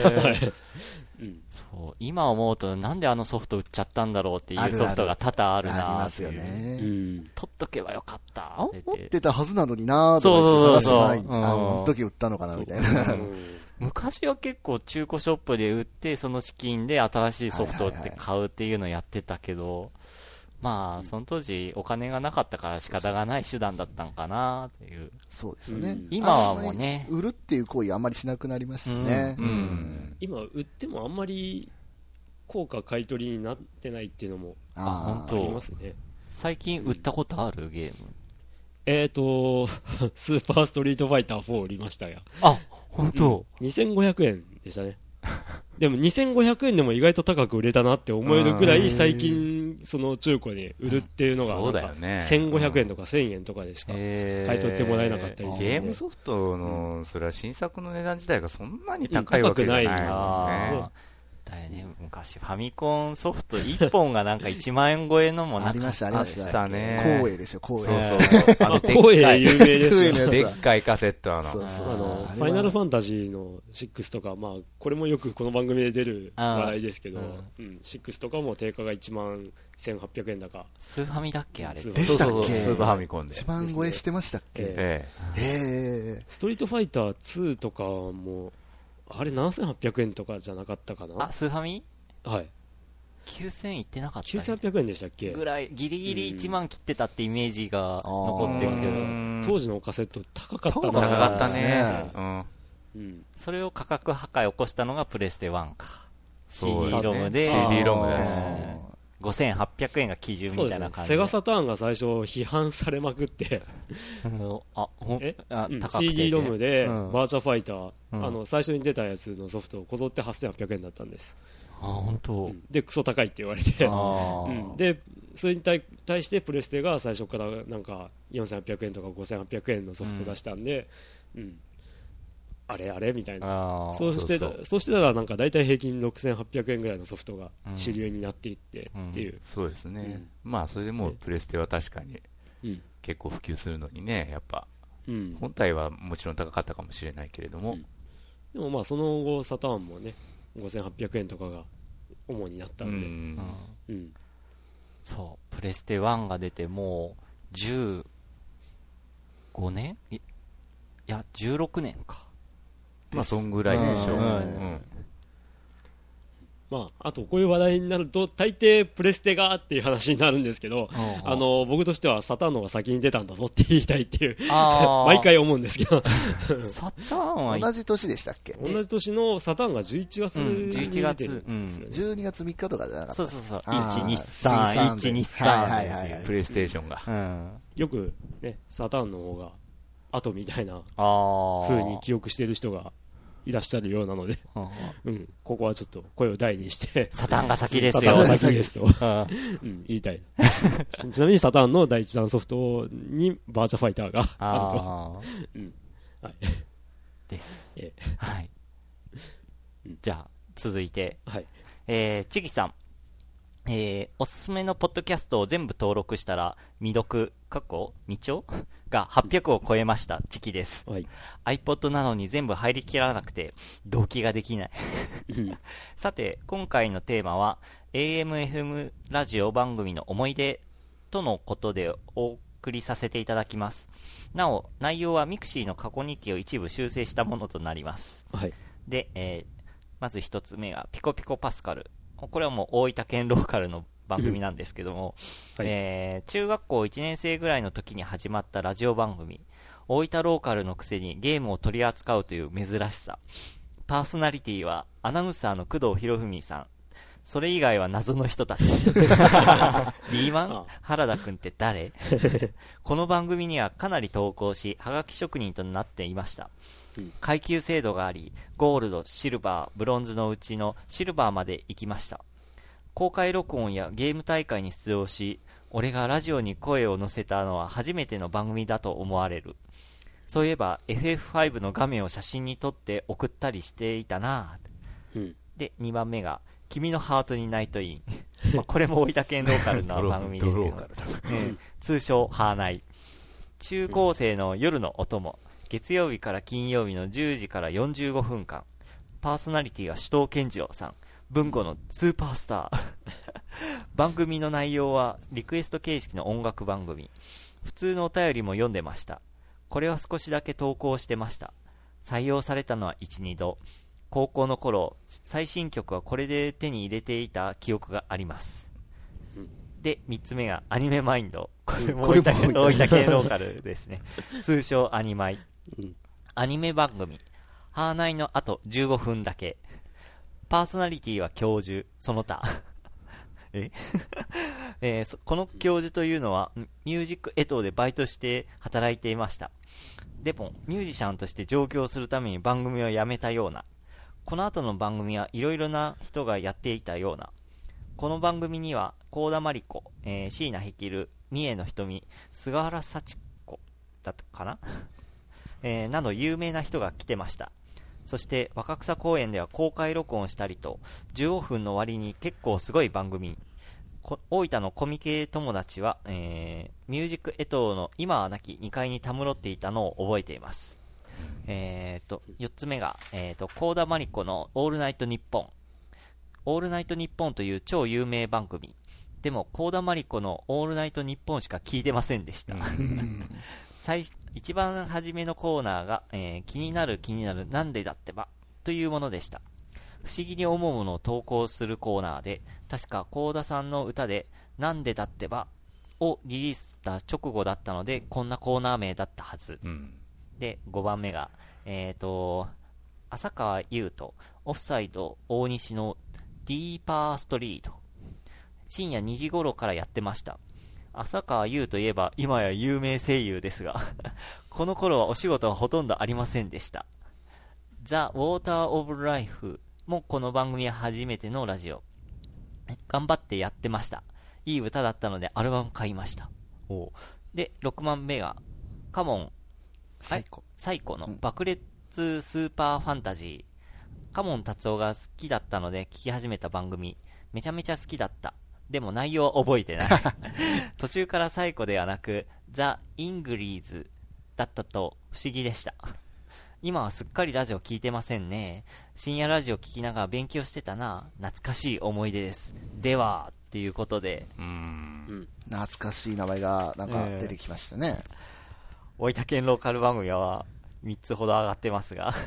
S1: 今思うとなんであのソフト売っちゃったんだろうっていうソフトが多々あるな。
S2: ありますよね。
S1: 取っとけばよかった。
S2: 持ってたはずなのになーとか言ってあの時売ったのかなみたいな。
S1: 昔は結構中古ショップで売ってその資金で新しいソフトって買うっていうのをやってたけど、まあその当時お金がなかったから仕方がない手段だったんかなっていう。
S2: そうですよね。
S1: 今はもうね、
S2: 売るっていう行為あんまりしなくなりましたね。
S4: 今売ってもあんまり高価買い取りになってないっていうのも
S1: あ
S4: りますね。
S1: 最近売ったことあるゲーム？
S4: スーパーストリートファイター4売りましたよ。
S1: 本当、
S4: 2500円でしたね。でも2500円でも意外と高く売れたなって思えるくらい最近中古に売るっていうのがなんか1500円とか1000円とかでしか買い取ってもらえなかったりする。
S5: ゲームソフトのそれは新作の値段自体がそんなに高いわけじゃないもんね。
S1: だよね、昔ファミコンソフト1本がなんか1万円超えのもなかった。
S2: ありました、ありまし
S5: たね。
S2: 光栄ですよ、光栄。
S5: そうそうそう。
S4: 光栄有名ですよ。
S5: でっかいカセット
S4: ファイナルファンタジーの6とか、まあ、これもよくこの番組で出る話題ですけど、6とかも定価が1万1800円だか。
S1: スーファミだっけあれ。
S2: でしたっけ？
S5: スーパーファミコンで。
S2: 1万超えしてましたっけ？
S4: ストリートファイター2とかも、あれ7800円とかじゃなかったかな。
S1: あ、スーファミ？
S4: はい。
S1: 9000いってなかった、
S4: ね、9800円でしたっけぐ
S1: らい、ギリギリ1万切ってたってイメージが残ってるけど、
S4: 当時のカセット高かったな。
S5: 高かったね。
S1: それを価格破壊を起こしたのがプレステ1か。CD ロムで、
S5: CD ロムだし。
S1: 5800円が基準みたいな感じで。
S4: セガサターンが最初批判されまくってCD ロムでバーチャファイター、最初に出たやつのソフトをこぞって8800円だったんです。
S1: 本当。
S4: でクソ高いって言われてでそれに対してプレステが最初からなんか4800円とか5800円のソフト出したんで、あれあれみたいな。そうしてたらなんか大体平均6800円ぐらいのソフトが主流になっていってっていう。
S5: そうですね。まあそれでもうプレステは確かに結構普及するのにね、やっぱ本体はもちろん高かったかもしれないけれども、
S4: でもまあその後サターンもね5800円とかが主になったんで、
S1: そうプレステ1が出てもう15年いや16年か。
S5: まあそんぐらいでしょう。
S4: まあ、あとこういう話題になると大抵プレステがっていう話になるんですけど、僕としてはサターンの方が先に出たんだぞって言いたいっていう毎回思うんですけど
S1: サターンは
S2: 同じ年でしたっけ？
S4: 同じ年のサターンが11月に出てるんですよね。
S2: 12月3日とかじゃなかった？
S1: そう123
S5: プレイステーションが、
S4: よくねサターンの方が後みたいな風に記憶してる人がいらっしゃるようなので、ここはちょっと声を大にして
S1: サターンが先ですよ、
S4: サターンが先ですと言いたいちなみにサターンの第一弾ソフトにバーチャファイターがあると
S1: です。はい。じゃあ続いて、ちぎさん、おすすめのポッドキャストを全部登録したら未読未聴が800を超えました。チキです、iPod なのに全部入りきらなくて同期ができないさて今回のテーマは AM/FM ラジオ番組の思い出とのことでお送りさせていただきます。なお内容はミクシーの過去日記を一部修正したものとなります、で、まず一つ目がピコピコパスカル。これはもう大分県ローカルの番組なんですけども、中学校1年生ぐらいの時に始まったラジオ番組。大分ローカルのくせにゲームを取り扱うという珍しさ。パーソナリティはアナウンサーの工藤博文さん。それ以外は謎の人たちリーマン原田くんって誰この番組にはかなり投稿しはがき職人となっていました。階級制度がありゴールド、シルバー、ブロンズのうちのシルバーまで行きました。公開録音やゲーム大会に出場し俺がラジオに声を載せたのは初めての番組だと思われる。そういえば FF5 の画面を写真に撮って送ったりしていたな、で2番目が君のハートにナイトインこれも大分県ローカルの番組ですけど通称ハーナイ。中高生の夜のお供、月曜日から金曜日の10時から45分間。パーソナリティは首藤健次郎さん。文庫のスーパースター番組の内容はリクエスト形式の音楽番組。普通のお便りも読んでました。これは少しだけ投稿してました。採用されたのは 1,2 度。高校の頃最新曲はこれで手に入れていた記憶があります。で3つ目がアニメマインド。これも大分県ローカルですね通称アニマイ、アニメ番組。ハーナイのあと15分だけ。パーソナリティは教授その他この教授というのはミュージックエトーでバイトして働いていました。でもミュージシャンとして上京するために番組を辞めたような。この後の番組はいろいろな人がやっていたような。この番組には幸田真理子、椎名碧、三重の瞳、菅原幸子だったかななど有名な人が来てました。 そして若草公園では公開録音したりと、15分の割に結構すごい番組。大分のコミケ友達は、ミュージックエトーの今は亡き2階にたむろっていたのを覚えています。4つ目が、幸田真理子のオールナイトニッポン。オールナイトニッポンという超有名番組。でも、幸田真理子のオールナイトニッポンしか聞いてませんでした。一番初めのコーナーが、気になるなんでだってばというものでした。不思議に思うものを投稿するコーナーで、確か幸田さんの歌でなんでだってばをリリースした直後だったので、こんなコーナー名だったはず。で、5番目が、浅川優とオフサイド大西のディーパーストリート。深夜2時頃からやってました。浅川優といえば今や有名声優ですがこの頃はお仕事はほとんどありませんでした。ザ・ウォーター・オブ・ライフもこの番組は初めてのラジオ。頑張ってやってました。いい歌だったのでアルバム買いました。で、6番目がカモンサイコの爆裂スーパーファンタジー。カモン達夫が好きだったので聞き始めた番組。めちゃめちゃ好きだった。でも内容は覚えてない途中からサイコではなくザ・イングリーズだったと不思議でした。今はすっかりラジオ聞いてませんね。深夜ラジオ聞きながら勉強してたな。懐かしい思い出です。ではっていうことで、
S2: 懐かしい名前がなんか出てきましたね。
S1: 大分県ローカル番組は3つほど上がってますが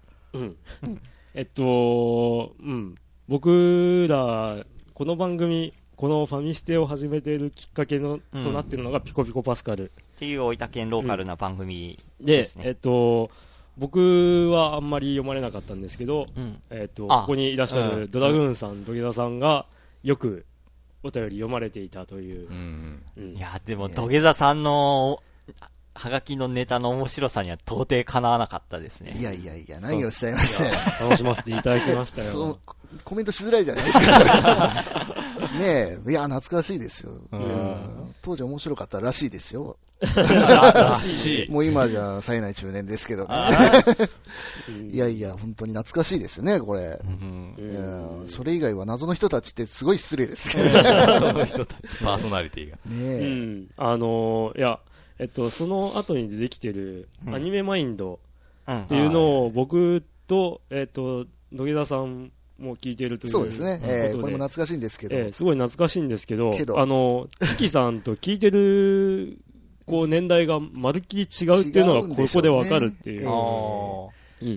S4: 僕らこの番組、このファミステを始めているきっかけとなっているのがピコピコパスカル
S1: っていう大分県ローカルな番組ですね。
S4: で、僕はあんまり読まれなかったんですけど、ここにいらっしゃるドラグーンさん、土下座さんがよくお便り読まれていたという。
S1: いや、でも土下座さんのはがきのネタの面白さには到底かなわなかったですね。
S2: いや、何をおっしゃいましたよ。
S4: 楽しませていただきましたよ。
S2: コメントしづらいじゃないですか。ねえ、いや、懐かしいですよ。当時面白かったらしいですよ。もう今じゃ冴えない中年ですけどね。いや、本当に懐かしいですよね、これ。それ以外は謎の人たちってすごい失礼ですけど。
S5: 謎の人たち、パーソナリティが。
S4: ねえ。いや、その後に出てきてるアニメマインドっていうのを僕と、土下座さんも聞いてるという
S2: そうですね。これも懐かしいんですけど。
S4: すごい懐かしいんですけど、チキさんと聞いてる、年代がまるっきり違うっていうのがここでわかるっていう。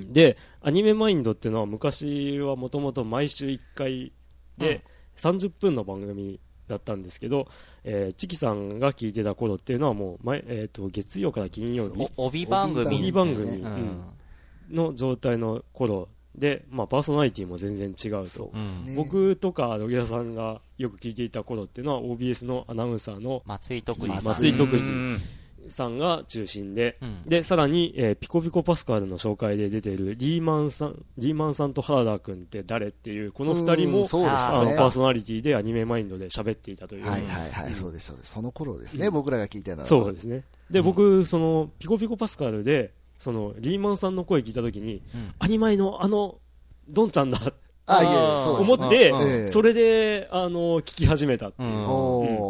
S4: で、アニメマインドっていうのは昔はもともと毎週1回で30分の番組だったんですけど、チキさんが聞いてた頃っていうのはもう、月曜から金曜日
S1: 帯番組
S4: の状態の頃で、パーソナリティも全然違うと。僕とか土下座さんがよく聞いていた頃っていうのは OBS のアナウンサーの
S1: 松井徳次
S4: さんが中心で、でさらに、ピコピコパスカルの紹介で出ているリーマンさんと原田君って誰っていうこの2人もパーソナリティでアニメマインドで喋っていたという。
S2: そうです。その頃ですね、僕らが聞いてたのは。
S4: そうですね。で、僕そのピコピコパスカルでそのリーマンさんの声聞いたときに、アニマイのドンちゃんだって思って、それで聞き始めたっていう。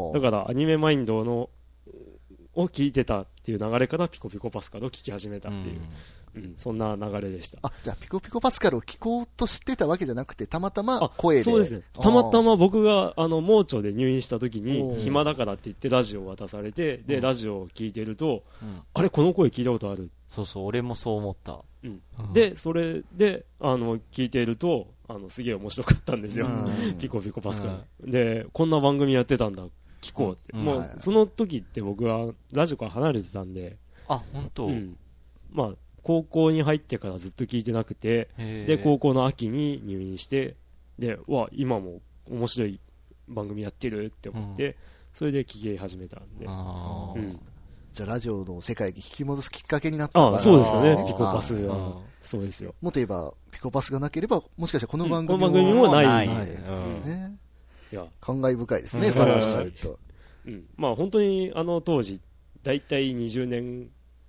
S4: だからアニメマインドを聞いてたっていう流れからピコピコパスカルを聞き始めたっていう、そんな流れでした。
S2: じゃあピコピコパスカルを聞こうとしてたわけじゃなくて、たまたま声で。
S4: そうですね。たまたま僕が盲腸で入院した時に暇だからって言ってラジオを渡されて、でラジオを聞いてると、あれこの声聞いたことある。
S1: そう俺もそう思った。
S4: でそれで聞いているとすげえ面白かったんですよ。ピコピコパスカルでこんな番組やってたんだ。聞こうって、もうその時って僕はラジオから離れてたんで、
S1: 本当、
S4: 高校に入ってからずっと聞いてなくて、で高校の秋に入院して、で今も面白い番組やってるって思って、それで聞き始めたんで、
S2: じゃあラジオの世界に引き戻すきっかけになったんだ。
S4: そうですよね。ピコパスはそうですよ。
S2: もっと言えばピコパスがなければもしかしたらこの番組
S4: もない
S2: ですね。感慨深いですね、
S4: そうおっしゃると。本当に当時、だいたい20年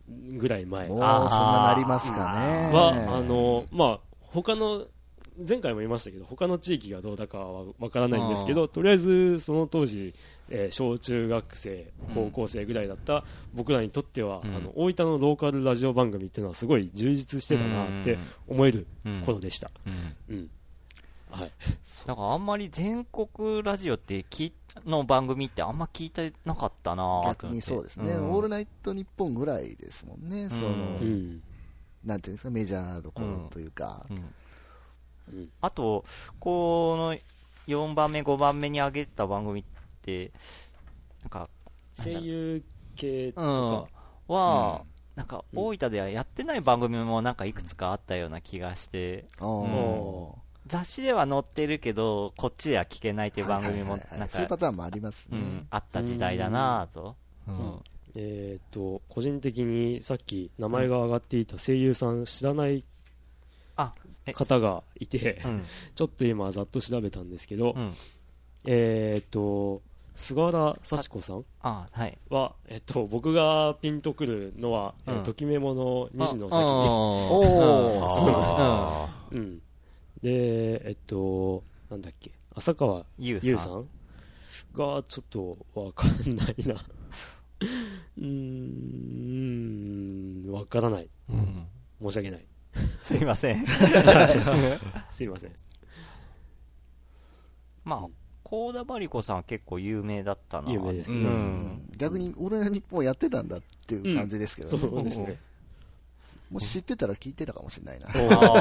S4: ぐらい前。
S2: そんななりますかね。
S4: は、他の、前回も言いましたけど、他の地域がどうだかはわからないんですけど、とりあえずその当時、小中学生、高校生ぐらいだった僕らにとっては、大分のローカルラジオ番組っていうのはすごい充実してたなって思える頃でした。
S1: はい。だからあんまり全国ラジオっての番組ってあんま聞いてなかったな。
S2: 逆にそうですね。オールナイトニッポンぐらいですもんね。なんていうんですか、メジャーどころというか。
S1: あと、この4番目、5番目に上げた番組って、なんか、
S4: 声優系とか
S1: は、なんか大分ではやってない番組もなんかいくつかあったような気がして、雑誌では載ってるけど、こっちでは聞けないっていう番組も、なんか、
S2: そういうパターンもありますね。
S1: あった時代だなぁと。
S4: 個人的にさっき名前が挙がっていた声優さん知らない方がいて、ちょっと今ざっと調べたんですけど、菅原幸子さんは、僕がピンとくるのは、ときめもの西野咲で、なんだっけ、浅川優さんがちょっとわかんないな。わからない。申し訳ない。
S1: すいません。
S4: すいません。
S1: 幸田真理子さんは結構有名だったな。
S4: 有名ですね。
S2: 逆に俺ら日本やってたんだっていう感じですけどね。
S4: そうですね。
S2: もし知ってたら聞いてたかもしれないな。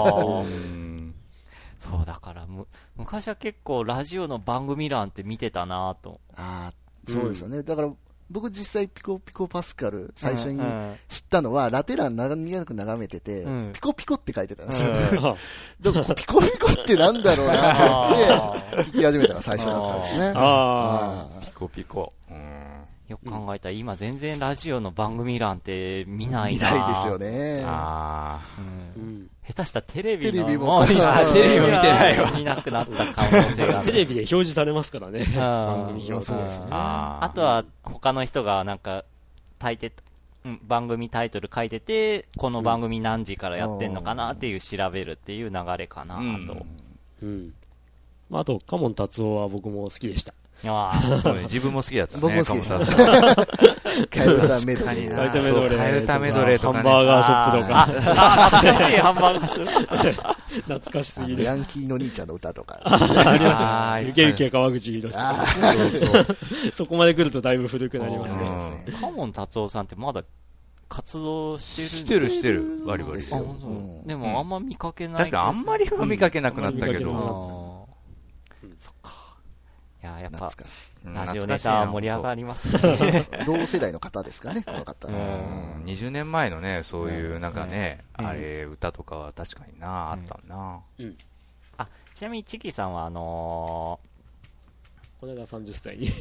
S1: そうだから昔は結構ラジオの番組欄って見てたなと。
S2: そうですよね。だから僕実際ピコピコパスカル最初に知ったのはラテ欄長く眺めてて、ピコピコって書いてたんですよ。だからピコピコってなんだろうなって聞き始めたのが最初だったんですね。
S5: ピコピコ。
S1: よく考えたら今全然ラジオの番組欄って見ないな。
S2: 見ないですよね。
S1: 下手したらテレビ
S2: も
S1: 見てないわ。見なくなった可能性が。
S4: テレビで表示されますからね。番組表
S2: そうですね。
S1: あとは他の人がなんか番組タイトル書いてて、この番組何時からやってんのかなっていう調べるっていう流れかなと。
S4: あと、カモン達夫は僕も好きでした。
S5: 自分も好きだったね。
S2: 僕も好きでした。替え歌メドレー。
S5: 替え歌メドレーとか。
S4: ハンバーガーショップとか。
S1: 懐かしいハンバーガーショップ。
S4: 懐かしすぎる。
S2: ヤンキーの兄ちゃんの歌とか。
S4: ありましたね。ゆけゆけ川口博士とか。そこまで来るとだいぶ古くなりますね。
S1: カモン達夫さんってまだ活動
S5: してる。バリバリ。
S1: でもあんま見かけない。
S5: 確かにあんまりは見かけなくなったけど。
S1: そっか。いや、やっぱ、ラジオネタは盛り上がりますね。
S2: 同世代の方ですかね、この方。
S5: 20年前のね、そういうなんかね、あれ、歌とかは確かにな、あったな。
S1: ちなみにチキさんは
S4: これが30歳に。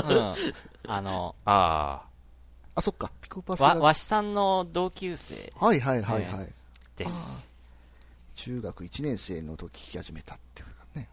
S2: そっか、ピコパス
S1: わしさんの同級生。
S2: はい。
S1: です。
S2: 中学1年生の時聞き始めたっていうかね。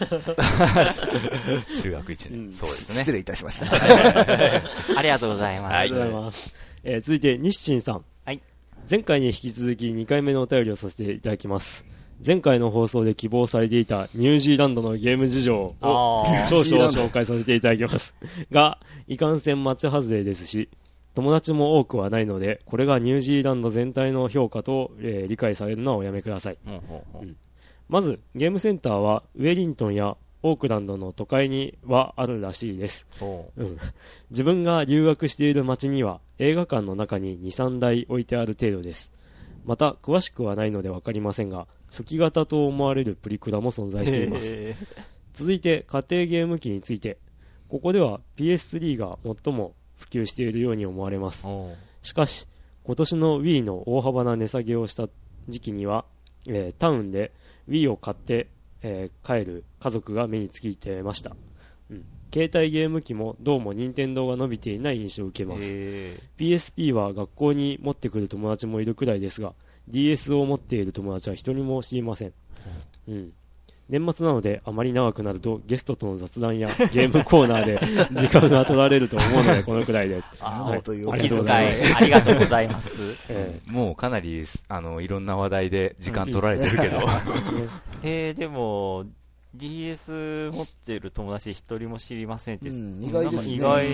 S5: 中学1年。そうですね。
S2: 失礼いたしました。
S1: ありがとうございます。
S4: ありがとうございます。続いて、西新さん。前回に引き続き2回目のお便りをさせていただきます。前回の放送で希望されていたニュージーランドのゲーム事情を少々紹介させていただきます。が、いかんせん町外れですし、友達も多くはないので、これがニュージーランド全体の評価と、理解されるのはおやめください。まず、ゲームセンターはウェリントンやオークランドの都会にはあるらしいです。自分が留学している町には映画館の中に2、3台置いてある程度です。また、詳しくはないのでわかりませんが、初期型と思われるプリクラも存在しています。続いて、家庭ゲーム機について、ここでは PS3 が最も普及しているように思われます。しかし、今年の Wii の大幅な値下げをした時期には、タウンで Wii を買って、帰る家族が目についてました。携帯ゲーム機もどうも任天堂が伸びていない印象を受けます。PSP は学校に持ってくる友達もいるくらいですが、DS を持っている友達は一人も知りません。 年末なのであまり長くなるとゲストとの雑談やゲームコーナーで時間が取られると思うのでこのくらいで。
S1: はい、お気遣いありがとうございます。
S5: もうかなりいろんな話題で時間取られてるけど。
S1: でも DS 持ってる友達一人も知りませんって、
S2: 意外ですね。
S1: 意外。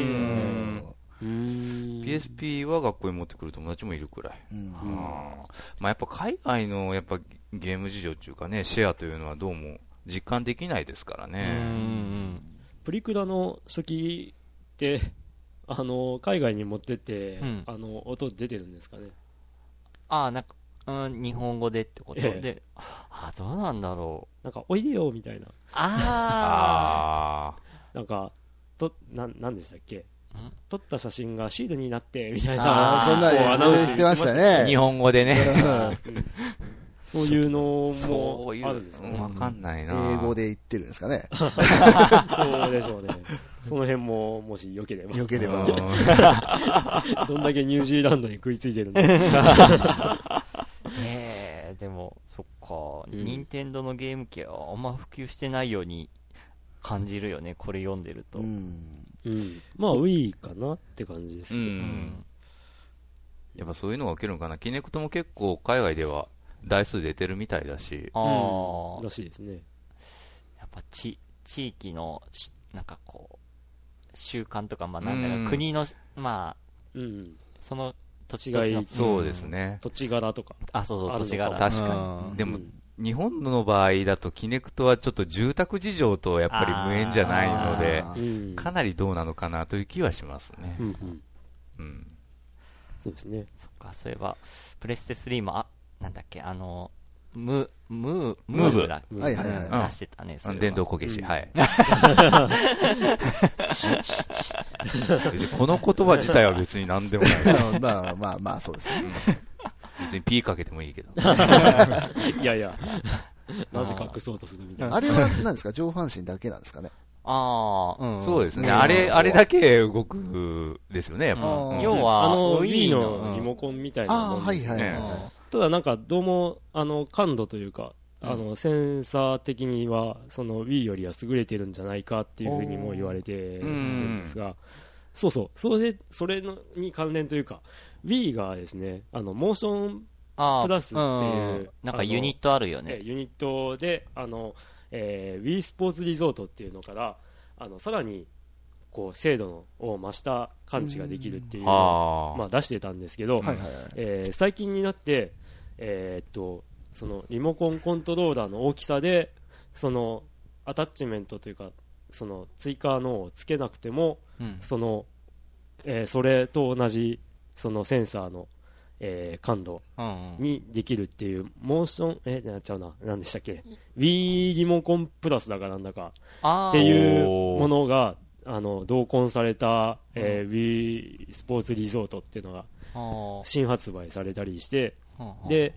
S5: PSP は学校に持ってくる友達もいるくらい。まあやっぱ海外のやっぱゲーム事情っていうかね、シェアというのはどうも実感できないですからね。
S4: プリクラの初期って海外に持ってって、音出てるんですかね。
S1: なんか、日本語でってことで、どうなんだろ
S4: う。なんかおいでよみたいな。なんかなんでしたっけ。撮った写真がシールになってみたいな、
S2: そんなアナウンスしてましたね。
S5: 日本語でね。
S4: そういうのもあるんですね。
S5: わかんないな。
S2: 英語で言ってるんですかね。
S4: そうでしょうね。その辺ももし良ければ。
S2: 良ければ。
S4: どんだけニュージーランドに食いついてるんですか。
S1: でもそっか、任天堂のゲーム機はあんま普及してないように感じるよね、これ読んでると。
S4: まあ Wii かなって感じですけど、
S5: やっぱそういうのが起きるのかな。キネクトも結構海外では台数出てるみたいだし、
S4: らしいですね。
S1: やっぱ地域のなんかこう習慣とか、なんだろう、国のその土地の
S5: そうですね。
S4: 土地柄とか。
S1: そう土地柄。
S5: 確かに。でも日本の場合だとキネクトはちょっと住宅事情とやっぱり無縁じゃないので、かなりどうなのかなという気はしますね。
S4: そうですね。
S1: そっか、そういえばプレステ3もなんだっけ、ムーブだ出してたね。
S5: 電動こけし、はい。この言葉自体は別に何でもない。
S2: まあそうですね。
S5: 別に P かけてもいいけど。
S4: いやいや、なぜ隠そうとするみたいな。
S2: あれは何ですか、上半身だけなんですかね。
S5: そうですね。あれだけ動くですよね、やっぱ。
S1: 要は、
S4: Wii のリモコンみたいなもんですね。ただなんかどうも感度というかセンサー的にはその Wii よりは優れてるんじゃないかっていうふうにも言われてるんですが、それに関連というか Wii がですねモーションプラスっていう
S1: なんかユニットあるよね。
S4: ユニットでWii スポーツリゾートっていうのからさらにこう精度を増した感知ができるっていうのを出してたんですけど、最近になってそのリモコンコントローラーの大きさでそのアタッチメントというかその追加のをつけなくても、それと同じそのセンサーの、感度にできるっていうモーション何でしたっけ Wii リモコンプラスだかなんだかっていうものが同梱された、Wii スポーツリゾートっていうのが新発売されたりして、で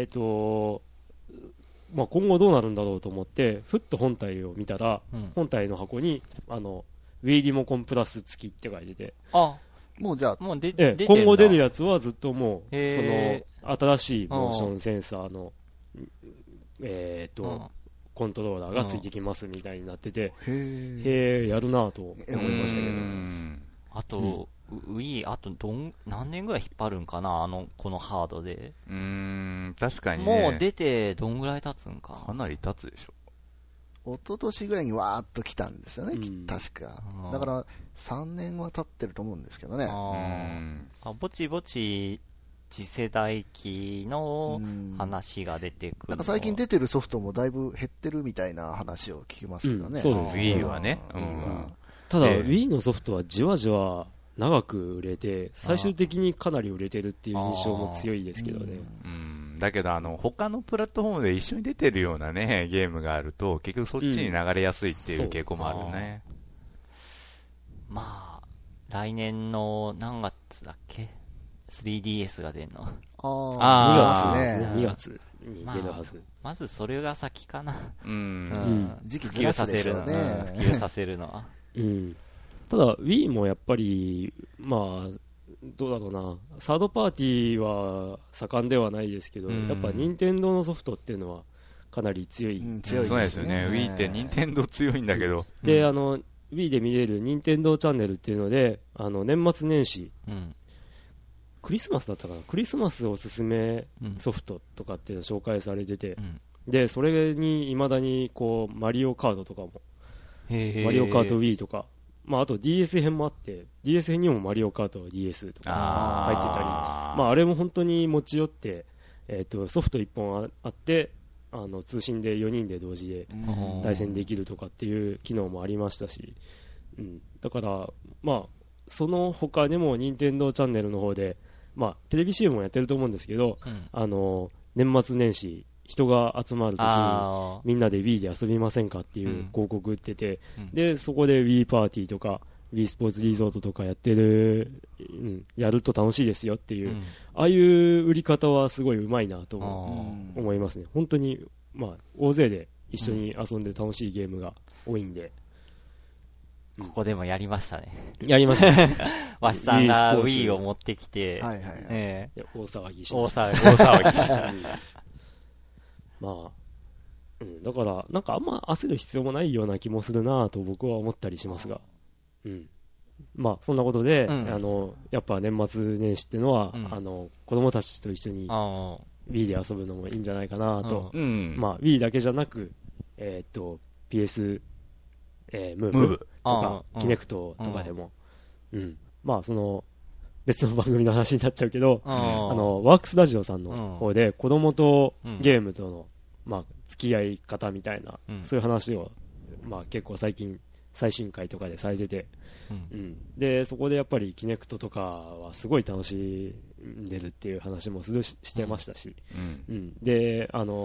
S4: 今後どうなるんだろうと思ってふっと本体を見たら、本体の箱にWii リモコンプラス付きって書いてて、
S2: もうじゃあ
S4: 今後出るやつはずっともうその新しいモーションセンサーのコントローラーがついてきますみたいになってて、やるなと思いましたけど、
S1: あとWii あと何年ぐらい引っ張るんかな、このハードで。
S5: 確かにね。
S1: もう出てどんぐらい経つんか。
S5: かなり経つでしょ。
S2: 一昨年ぐらいにわーっと来たんですよね、確か。だから3年は経ってると思うんですけどね。
S1: ぼちぼち次世代機の話が出てくる。
S2: なんか最近出てるソフトもだいぶ減ってるみたいな話を聞きますけどね。
S4: そうですね。
S5: Wii はね。
S4: ただ Wii のソフトはじわじわ長く売れて最終的にかなり売れてるっていう印象も強いですけどね。
S5: だけど他のプラットフォームで一緒に出てるようなねゲームがあると結局そっちに流れやすいっていう傾向もあるね。
S1: まあ来年の何月だっけ 3DS が出るの。
S4: 2月に出るはず。
S1: まずそれが先かな。
S2: 時期ずらすでしょうね。
S1: 普及させるのは。
S4: ただ Wii もやっぱりどうだろうな、サードパーティーは盛んではないですけど、やっぱ任天堂のソフトっていうのはかなり強い、
S5: そうですよね。Wii って任天堂強いんだけど。
S4: で、Wii で見れる任天堂チャンネルっていうので、年末年始、クリスマスだったかな、クリスマスおすすめソフトとかっていうの紹介されてて、で、それにいまだにこう、マリオカードとかも、マリオカート Wii とか、あと DS 編もあって、DS 編にもマリオカート DS とか入ってたり、あれも本当に持ち寄って、ソフト1本あって、通信で4人で同時で対戦できるとかっていう機能もありましたし、だからその他でも任天堂チャンネルの方で、テレビ CM もやってると思うんですけど、年末年始人が集まるときにみんなで Wii で遊びませんかっていう広告売ってて、でそこで Wii パーティーとか Wii スポーツリゾートとかやってる、やると楽しいですよっていう、ああいう売り方はすごいうまいなと思いますね。本当に、大勢で一緒に遊んで楽しいゲームが多いんで、
S1: ここでもやりましたね。
S4: やりましたね。
S1: わしさんが Wii を持ってきて、
S4: 大騒ぎし
S1: ました。大騒ぎ。
S4: だからなんかあんま焦る必要もないような気もするなと僕は思ったりしますが、そんなことで、やっぱ年末年始っていうのは、子供たちと一緒に Wii で遊ぶのもいいんじゃないかなと、Wii だけじゃなく、PS、ムーブとかキネクトとかでも、その別の番組の話になっちゃうけど、ワークスラジオさんの方で子供とゲームとの、付き合い方みたいな、そういう話を、結構最近最新回とかでされてて、でそこでやっぱりキネクトとかはすごい楽しんでるっていう話もしてましたし、で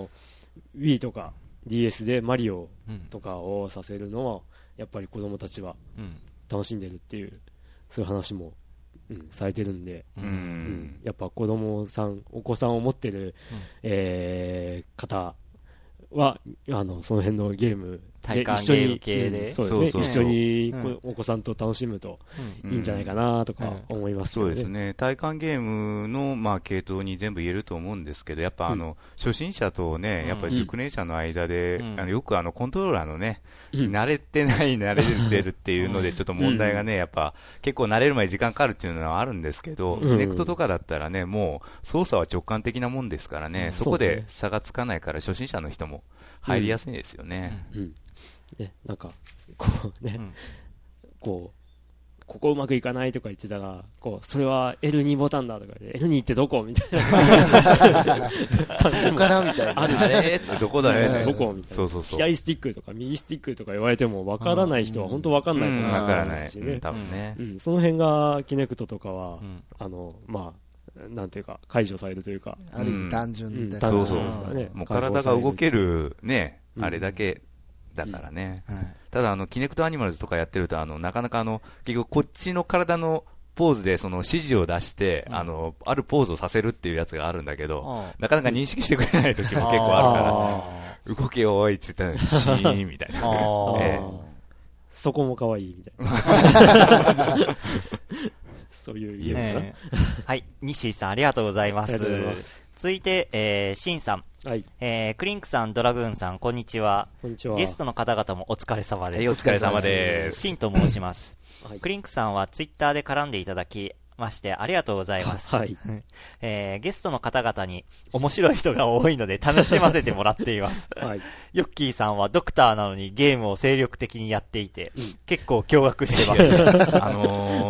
S4: Wii とか DS でマリオとかをさせるのはやっぱり子供たちは楽しんでるっていう、そういう話もされてるんで、やっぱお子さんを持ってる、方はその辺のゲームで一緒に、一緒にお子さんと楽しむといいんじゃないかなとか思いますけどね。
S5: そうですね。体感ゲームの系統に全部言えると思うんですけど、やっぱ初心者とね、やっぱり熟練者の間で、よくコントローラーのね、慣れてるっていうのでちょっと問題がね、やっぱ結構慣れる前に時間かかるっていうのはあるんですけど、キネクトとかだったらね、もう操作は直感的なもんですからね、そこで差がつかないから初心者の人も入りやすいですよね。
S4: なんかこうね、ここうまくいかないとか言ってたら、それは L2 ボタンだとかで L2 ってどこみたいな
S2: そこからみたいな、
S4: あるし、
S5: どこだよね、
S4: どこみたいな、左スティックとか右スティックとか言われても分からない人は本当分かんないと思うんですしね。
S5: 多分ね、
S4: その辺がキネクトとかはなんていうか解除されるというか、
S2: ある意味単純で、
S5: そうそうですね。もう体が動けるね、あれだけだからね。ただキネクトアニマルズとかやってるとなかなか結局こっちの体のポーズでその指示を出して、あるポーズをさせるっていうやつがあるんだけど、なかなか認識してくれない時も結構あるから、動けよーいって言ったらシーンみたいな。
S4: そこも可愛いみたいな。そういうゲームかな。
S1: はい、西井さんありがとうございます。続いて、シンさん。クリンクさん、ドラグーンさん、こんにちは。ゲストの方々もお疲れ様です。
S5: お疲れ様です。
S1: シンと申します。クリンクさんはツイッターで絡んでいただきましてありがとうございます。ゲストの方々に面白い人が多いので楽しませてもらっています。ヨッキーさんはドクターなのにゲームを精力的にやっていて、結構驚愕してます。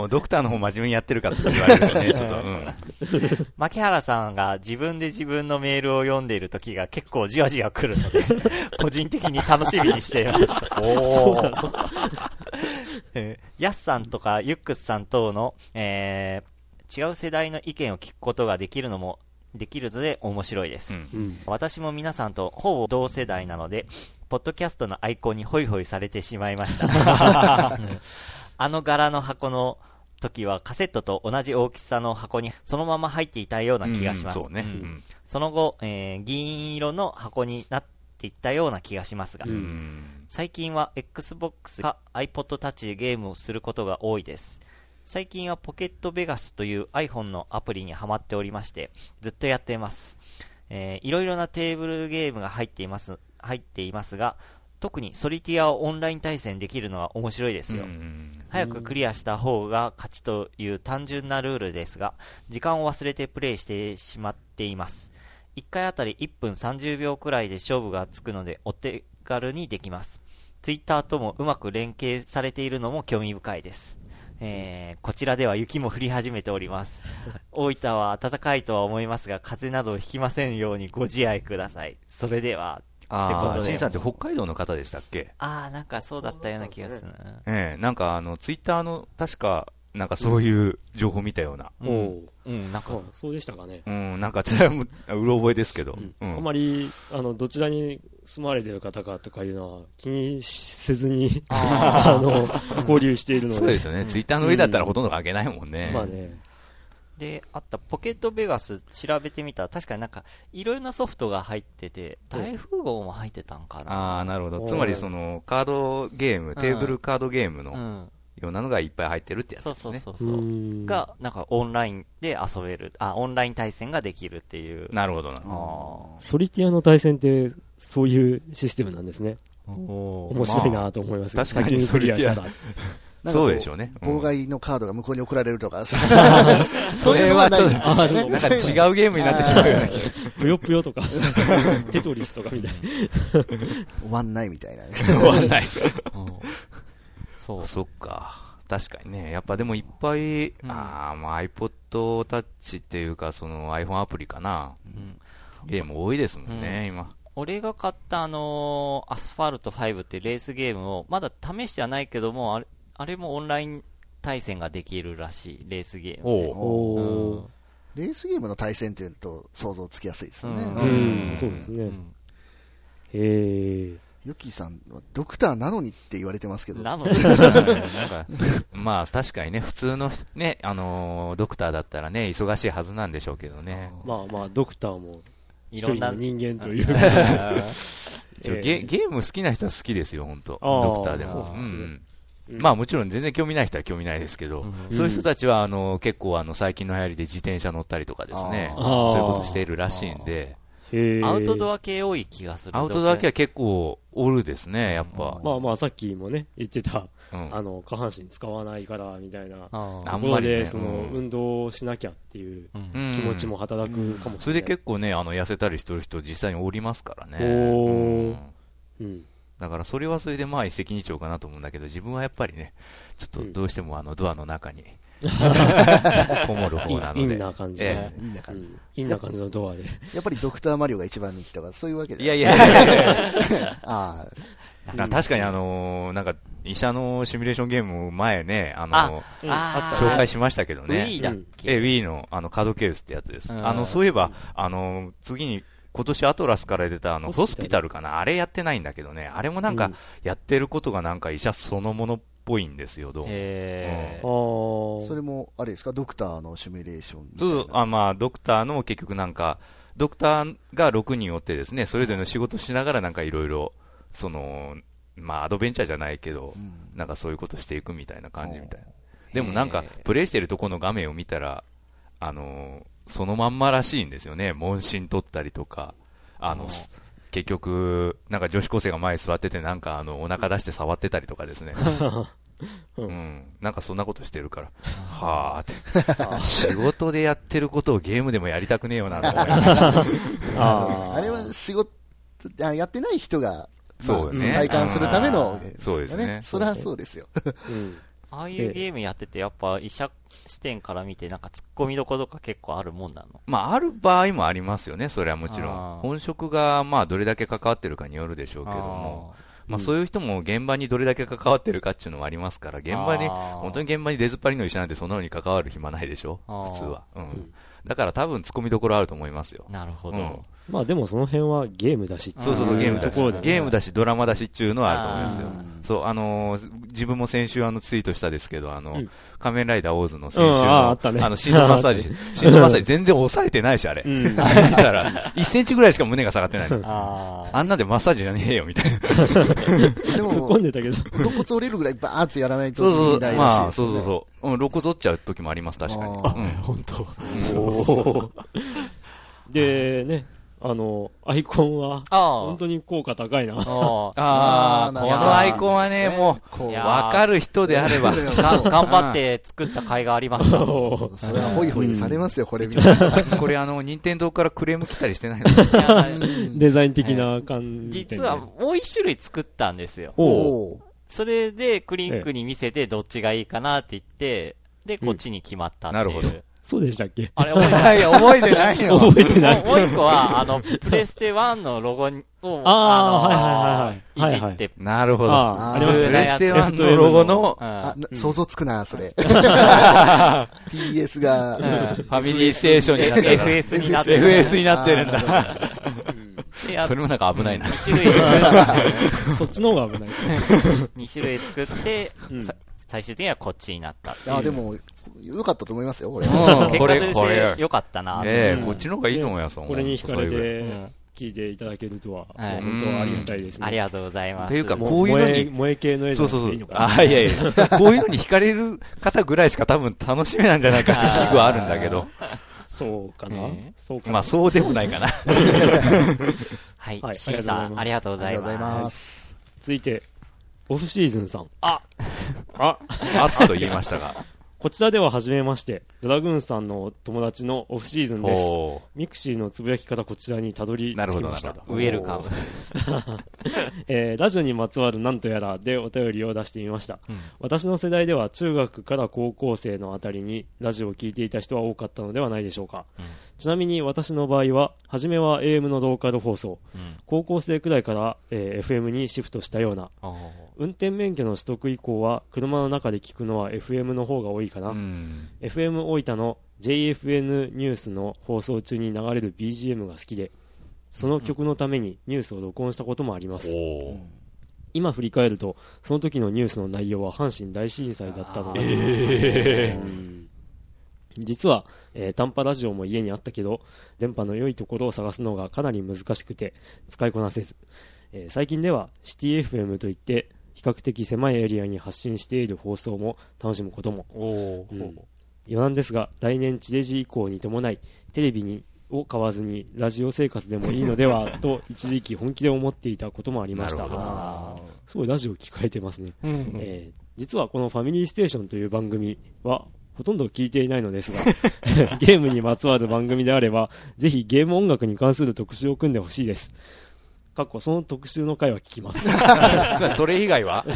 S5: ドクターの方真面目にやってるかって言われるとね、ちょっと、
S1: 牧原さんが自分で自分のメールを読んでいる時が結構じわじわ来るので、個人的に楽しみにしています。ヤスさんとかユックスさん等の、違う世代の意見を聞くことができるので面白いです。私も皆さんとほぼ同世代なので、ポッドキャストのアイコンにホイホイされてしまいました。柄の箱の時はカセットと同じ大きさの箱にそのまま入っていたような気がします。その後、銀色の箱になっていったような気がしますが、最近は Xbox か iPod Touch でゲームをすることが多いです。最近はポケットベガスという iPhone のアプリにハマっておりまして、ずっとやっています。いろいろなテーブルゲームが入っています入っていますが、特にソリティアをオンライン対戦できるのは面白いですよ。早くクリアした方が勝ちという単純なルールですが、時間を忘れてプレイしてしまっています。1回あたり1分30秒くらいで勝負がつくのでお手軽にできます。ツイッターともうまく連携されているのも興味深いです。こちらでは雪も降り始めております。大分は暖かいとは思いますが、風邪などをひきませんようにご自愛ください。それでは。
S5: シンさんって北海道の方でしたっけ？
S1: なんかそうだったような気がする
S5: な。なんかツイッターの確かなんかそういう情報見たような。
S4: なんかそうでしたかね。
S5: なんかうろ覚えですけど。
S4: あんまりどちらに住まれてる方かとかいうのは気にせずに交流しているので。
S5: そうですよね。ツイッターの上だったらほとんど書けないもんね。
S4: まあね。
S1: で、あったポケットベガス調べてみたら、確かになんか、いろいろなソフトが入ってて、大富豪も入ってたんかな。
S5: なるほど。つまりその、カードゲーム、テーブルカードゲームのようなのがいっぱい入ってるってやつですね。
S1: そう。が、なんかオンラインで遊べる、オンライン対戦ができるっていう。
S5: なるほどな。
S4: ソリティアの対戦って、そういうシステムなんですね。面白いなと思います。
S5: 確かに
S4: 先にクリアしたら。
S5: そうでしょうね。
S2: 妨害のカードが向こうに送られるとか、
S5: それはちょっと、なんか違うゲームになってしまうよね。
S4: ぷよぷよとか、テトリスとかみたいな。
S2: 終わんないみたいな。
S5: 終わんない。そっか。確かにね。やっぱでもいっぱい、iPod Touch っていうか、その iPhone アプリかな。ゲーム多いですもんね、今。
S1: 俺が買ったアスファルト5っていうレースゲームを、まだ試してはないけども、あれもオンライン対戦ができるらしい、レースゲーム。
S2: レースゲームの対戦っていうと想像つきやすいですよね。
S4: そうですね。
S2: ヨッキーさんはドクターなのにって言われてますけど。
S1: なのに
S5: まあ確かにね、普通のね、ドクターだったらね、忙しいはずなんでしょうけどね。
S4: まあ、ドクターも一人の人間という
S5: ゲーム好きな人は好きですよ、本当ドクターでも。まあもちろん全然興味ない人は興味ないですけど、そういう人たちは結構最近の流行りで自転車乗ったりとかですね、そういうことしているらしいんで、
S1: アウトドア系多い気がする。
S5: アウトドア系は結構おるですね、やっぱ。
S4: まあさっきもね言ってた、下半身使わないからみたいな
S5: あんまりね、
S4: その運動をしなきゃっていう気持ちも働くかもしれない。
S5: それで結構ね痩せたりしてる人実際におりますからね。だからそれはそれでまあ一石二鳥かなと思うんだけど、自分はやっぱりね、ちょっとどうしてもドアの中にこもる方なので。
S4: いいな感じ。いいな感じのドアで。
S2: やっぱりドクターマリオが一番人気とか、そういうわけで。
S5: いや。確かになんか医者のシミュレーションゲーム前ね、紹介しましたけどね。
S1: Wii だっけ
S5: ？Wii のカードケースってやつです。そういえば、次に、今年アトラスから出たホスピタルかな、あれやってないんだけどね、あれもなんかやってることがなんか医者そのものっぽいんですよ、どうも。
S2: それもあれですか、ドクターのシミュレーションみたいな。
S5: まあドクターの結局なんかドクターが6人おってですね、それぞれの仕事しながらなんかいろいろまあアドベンチャーじゃないけど、なんかそういうことしていくみたいな感じみたいな。でもなんかプレイしてるとこの画面を見たらそのまんまらしいんですよね。問診取ったりとか、結局、なんか女子高生が前座ってて、なんかお腹出して触ってたりとかですね。なんかそんなことしてるから、はぁって。仕事でやってることをゲームでもやりたくねえよなと思いながら。
S2: あれは仕事、やってない人が、
S5: そうね。
S2: 体感するための、
S5: そうですね。
S2: それはそうですよ。
S1: ああいうゲームやってて、やっぱ医者視点から見て、なんか突っ込みどころとか結構あるもんなの？
S5: まあ、ある場合もありますよね、それはもちろん。本職が、まあ、どれだけ関わってるかによるでしょうけども。まあそういう人も現場にどれだけ関わってるかっていうのもありますから、本当に現場に出ずっぱりの医者なんてそんなのに関わる暇ないでしょ、普通は。だから多分突っ込みどころあると思いますよ。
S1: なるほど。
S4: まあでもその辺はゲームだし、
S5: そうゲームだし、ゲームだしドラマだしっていうのはあると思いますよ。そう、自分も先週ツイートしたですけど、仮面ライダーオーズの先週の、心臓マッサージ全然抑えてないし、あれ。見たら、1センチぐらいしか胸が下がってない。あんなでマッサージじゃねえよ、みたいな。で
S4: も、突っ込んでたけど。
S2: 肋骨折れるぐらいバーッとやらないといけないらしいですね。
S5: そう。肋骨折っちゃう時もあります、確かに。
S4: 本当。でね、 アイコンは、本当に効果高いな。
S5: このアイコンはね、もう、わかる人であれば。
S1: 頑張って作った甲斐があります
S2: それはホイホイされますよ、これみたいな。
S5: これ任天堂からクレーム来たりしてないの？
S4: デザイン的な感じ。
S1: 実はもう一種類作ったんですよ。それでクリンクに見せてどっちがいいかなって言って、で、こっちに決まったっていう。なるほど。
S4: そうでしたっけ？
S1: あれ覚えてない。
S5: 覚えてないよ。
S4: 覚えてない。
S1: もう一個は、プレステ1のロゴを、いじって。
S5: なるほど。
S4: ありますね。
S5: プレステ1のロゴの、
S2: 想像つくな、それ。PS が、
S5: ファミリーステーションになってる。
S1: FS になってる。
S5: FS になってるんだ。それもなんか危ないな。
S1: 2種類作
S4: って。そっちの方が危ない。
S1: 2種類作って、最終的にはこっちになった。
S2: いや、でも、良かったと思いますよ、これ。
S1: 結果として良かったな。
S5: こっちの方がいいと思います。
S4: これに惹かれて、聞いていただけるとは、本当はありがたいですね。
S1: ありがとうございます。
S5: というか、こういうのに、
S4: 萌え系の絵
S5: そうそうそう。いやいや、こういうのに惹かれる方ぐらいしか多分楽しめなんじゃないかっていう危惧はあるんだけど。
S4: そうかな。
S5: まあ、そうでもないかな。
S1: はい。シンさん、ありがとうございます。
S4: 続いて、オフシーズンさん。
S5: あっと言いましたが。
S4: こちらでは初めまして、ドラグーンさんの友達のオフシーズンです。ミクシーのつぶやきからこちらにたどり着きました。
S1: ウェルカム。
S4: ラジオにまつわるなんとやらでお便りを出してみました。私の世代では中学から高校生のあたりにラジオを聞いていた人は多かったのではないでしょうか。ちなみに私の場合は、初めは AM のローカル放送、高校生くらいから、FM にシフトしたような、運転免許の取得以降は車の中で聞くのは FM の方が多いかな。FM 大分の JFN ニュースの放送中に流れる BGM が好きで、その曲のためにニュースを録音したこともあります。今振り返ると、その時のニュースの内容は阪神大震災だったので、実は、短波ラジオも家にあったけど、電波の良いところを探すのがかなり難しくて使いこなせず、最近ではシティ FM といって比較的狭いエリアに発信している放送も楽しむことも。余談ですが、来年地デジ以降に伴いテレビを買わずにラジオ生活でもいいのではと一時期本気で思っていたこともありました。すごいラジオ聞かれてますね。実はこのファミリーステーションという番組はほとんど聞いていないのですがゲームにまつわる番組であればぜひゲーム音楽に関する特集を組んでほしいです。その特集の回は聞きます。
S5: それ以外は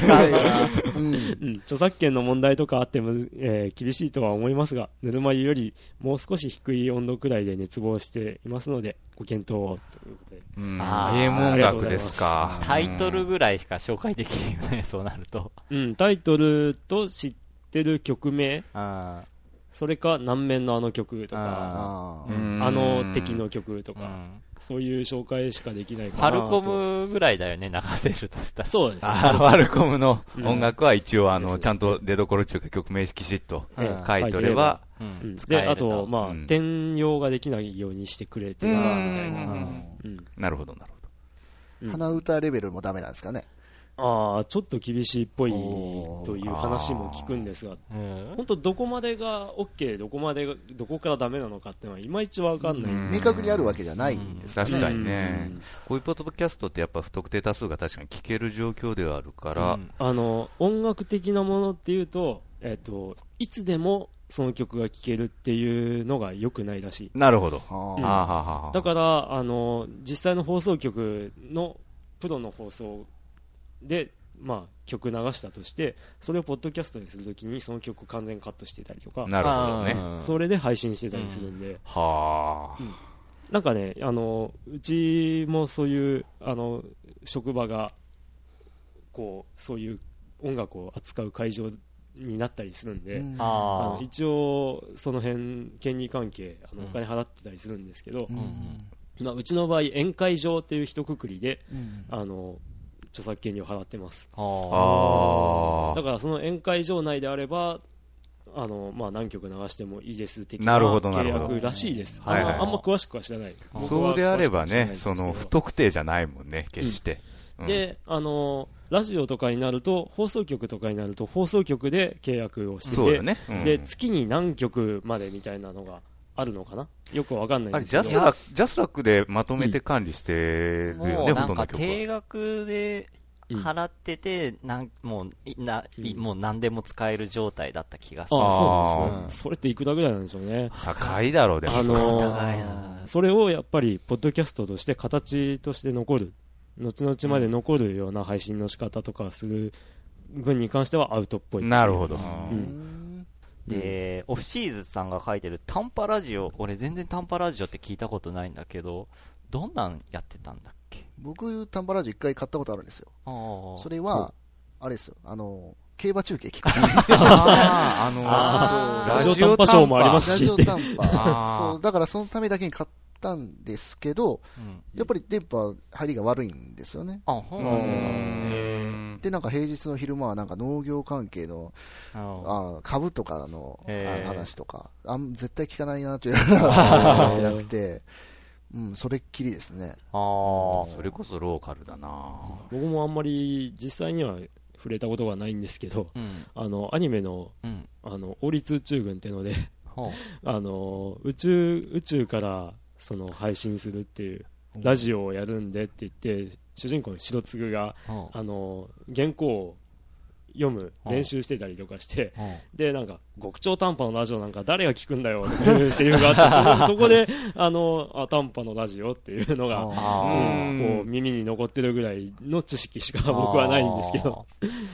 S4: 著作権の問題とかあっても、厳しいとは思いますが、ぬるま湯よりもう少し低い温度くらいで熱望していますので、ご検討をということで。
S5: ゲーム音楽ですか。
S1: タイトルぐらいしか紹介できないよね、そうなると。
S4: タイトルと知ってる曲名、それか何面のあの曲とか、敵の曲とか、そういう紹介しかできないかなと。
S1: ファルコムぐらいだよね、流せるとしたら。
S4: そうですね。
S5: ファルコムの音楽は一応ちゃんと出所中か曲名きちっと書いとれば。
S4: で、あと、転用ができないようにしてくれてな、みたいな。
S5: なるほど、なるほ
S2: ど。鼻歌レベルもダメなんですかね。
S4: ちょっと厳しいっぽいという話も聞くんですが、本当どこまでが OK、どこからダメなのかっていうのはいまいちわかんない。
S2: 明確にあるわけじゃないんですね。
S5: 確かにね。こういうポッドキャストってやっぱ不特定多数が確かに聞ける状況ではあるから、
S4: 音楽的なものっていうと、いつでもその曲が聴けるっていうのが良くないらしい。
S5: なるほど。
S4: だから実際の放送局のプロの放送で、曲流したとしてそれをポッドキャストにするときにその曲を完全カットしてたりとか、
S5: なるほどね、
S4: それで配信してたりするんで、なんかね、うちもそういう職場がそういう音楽を扱う会場になったりするんで、一応その辺権利関係お金払ってたりするんですけど、うちの場合宴会場っていう一括りで、著作権料を払ってます。だからその宴会場内であれば何曲流してもいいです的な契約らしいです。あんま詳しくは知らない。
S5: そうであればね、不特定じゃないもんね、決して。
S4: で、ラジオとかになると放送局とかになると放送局で契約をしてて、で月に何曲までみたいなのがあるのかな、よくわかんないんですけど。
S5: ジャスラックでまとめて管理してるよね、ほとんどの曲は。
S1: なんか定額で払ってて、もう何でも使える状態だった気がする。
S4: そうなんですね。それっていくらぐらいなんでしょうね。
S5: 高いだろうでも。
S1: 高いな。
S4: それをやっぱりポッドキャストとして形として残る、後々まで残るような配信の仕方とかする分に関してはアウトっぽい。
S5: なるほど。
S1: で、オフシーズさんが書いてる短波ラジオ、俺全然短波ラジオって聞いたことないんだけど、どんなんやってたんだっけ？
S2: 僕、短波ラジオ1回買ったことあるんですよ。それは、あれですよ、競馬中継聞くために。
S4: ラジオ短波ショーもありますし。
S2: ラジオ短波。そう、だからそのためだけに買ったんですけど、やっぱり電波入りが悪いんですよね。で、なんか平日の昼間はなんか農業関係の株とかの話とか、絶対聞かないなという話ってなくて、それっきりですね。
S5: それこそローカルだな。
S4: 僕もあんまり実際には触れたことがないんですけど、アニメの、王立宇宙軍っていうので、宇宙からその配信するっていうラジオをやるんでって言って、主人公の白継が原稿を読む練習してたりとかして、でなんか極超短波のラジオなんか誰が聞くんだよっていうセリフがあって、そこで短波のラジオっていうのがこう耳に残ってるぐらいの知識しか僕はないんですけど、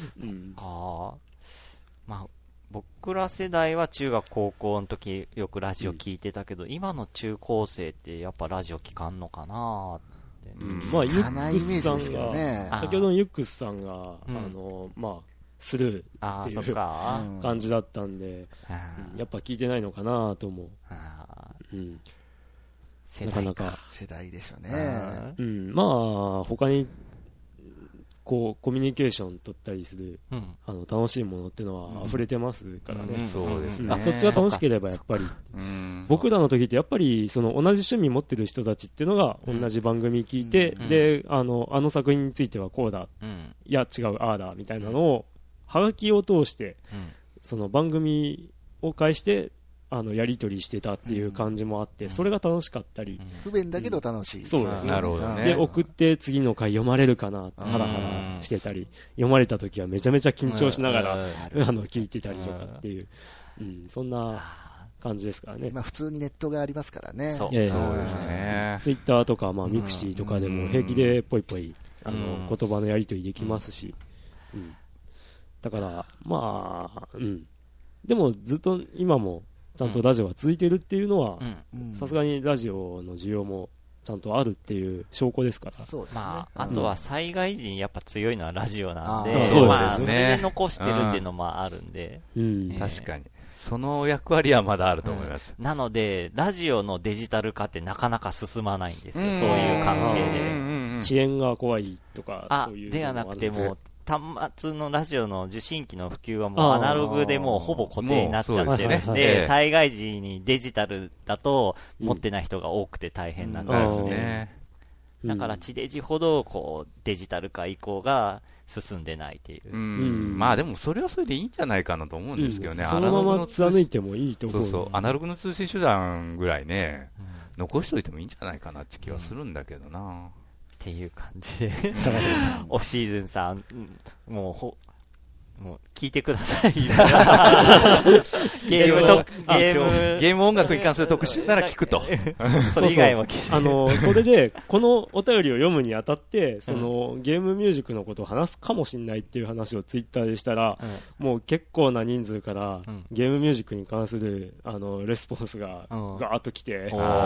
S1: まあ僕ら世代は中学高校の時よくラジオ聞いてたけど、今の中高生ってやっぱラジオ聞かんのかなって。
S4: まあユックスさんが、先ほどのユックスさんがまあスルーっていう感じだったんで、やっぱ聞いてないのかなと思う。なかなか
S2: 世代でしょうね。
S4: まあ他にこうコミュニケーション取ったりする楽しいものっていうのは溢れてますからね。
S5: そうですね。
S4: そっちが楽しければやっぱり僕らの時ってやっぱりその同じ趣味持ってる人たちっていうのが同じ番組聞いて、であの作品についてはこうだ、いや違うああだみたいなのをはがきを通して、その番組を介してやり取りしてたっていう感じもあって、それが楽しかったり、
S2: 不便だけど楽しい。
S4: そうですね。
S5: なるほどね。
S4: で送って次の回読まれるかなハラハラしてたり、読まれた時はめちゃめちゃ緊張しながら聞いてたりとかっていう、そんな感じですからね。
S2: 普通にネットがありますからね。
S5: そうですね。
S4: ツイッターとかミクシーとかでも平気でポイポイ言葉のやり取りできますし、だからまあでもずっと今もちゃんとラジオが続いてるっていうのはさすがにラジオの需要もちゃんとあるっていう証拠ですから。
S2: そうですね。
S1: あとは災害時にやっぱ強いのはラジオなんで、それで残してるっていうのもあるんで、
S5: 確かにその役割はまだあると思います。
S1: なのでラジオのデジタル化ってなかなか進まないんですよ。そういう関係
S4: で遅延が怖いとかそういう
S1: ではなくても端末のラジオの受信機の普及はもうアナログでもうほぼ固定になっちゃってるんで、災害時にデジタルだと持ってない人が多くて大変なんですね。だから地デジほどこうデジタル化移行が進んでないっていう。
S5: まあでもそれはそれでいいんじゃないかなと思うんですけどね。
S4: そのまま貫いてもいいと思う。
S5: そうアナログの通信手段ぐらいね、残しておいてもいいんじゃないかなって気はするんだけどな。
S1: っていう感じでオフシーズンさんもう聞いてください。ゲ
S5: ーム音楽に関する特集なら聞くと。
S1: それ以外も聞
S4: いて。それでこのお便りを読むにあたってそのゲームミュージックのことを話すかもしれないっていう話をツイッターでしたら、もう結構な人数からゲームミュージックに関するレスポンスがガーッと来て、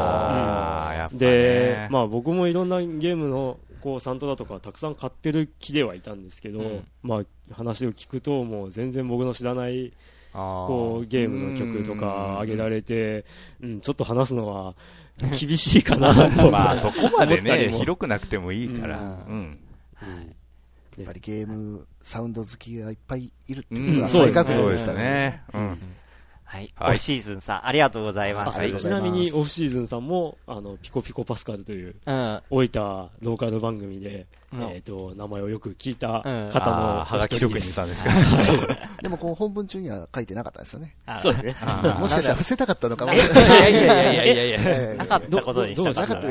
S4: でまあ僕もいろんなゲームのサントラとかたくさん買ってる気ではいたんですけど、まあ話を聞くともう全然僕の知らないゲームの曲とか上げられて、ちょっと話すのは厳しいかなと
S5: まあそこまでね広くなくてもいいから、や
S2: っぱりゲームサウンド好きがいっぱいいるっていうのが再確認でしたね。
S1: はい。オフシーズンさん、ありがとうございます。
S4: ちなみに、オフシーズンさんも、ピコピコパスカルという、大分ローカル番組で、名前をよく聞いた方の、
S5: はがき職人さんですか。
S2: でも、本文中には書いてなかったですよね。
S4: そうですね。
S2: もしかしたら伏せたかったのかも。
S5: いや。
S1: なかったことにしたかった。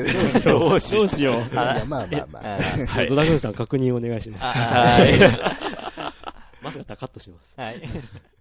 S4: どうしよう。
S2: まあ。
S4: ドラグーンさん確認お願いします。まさかカットします。
S1: はい。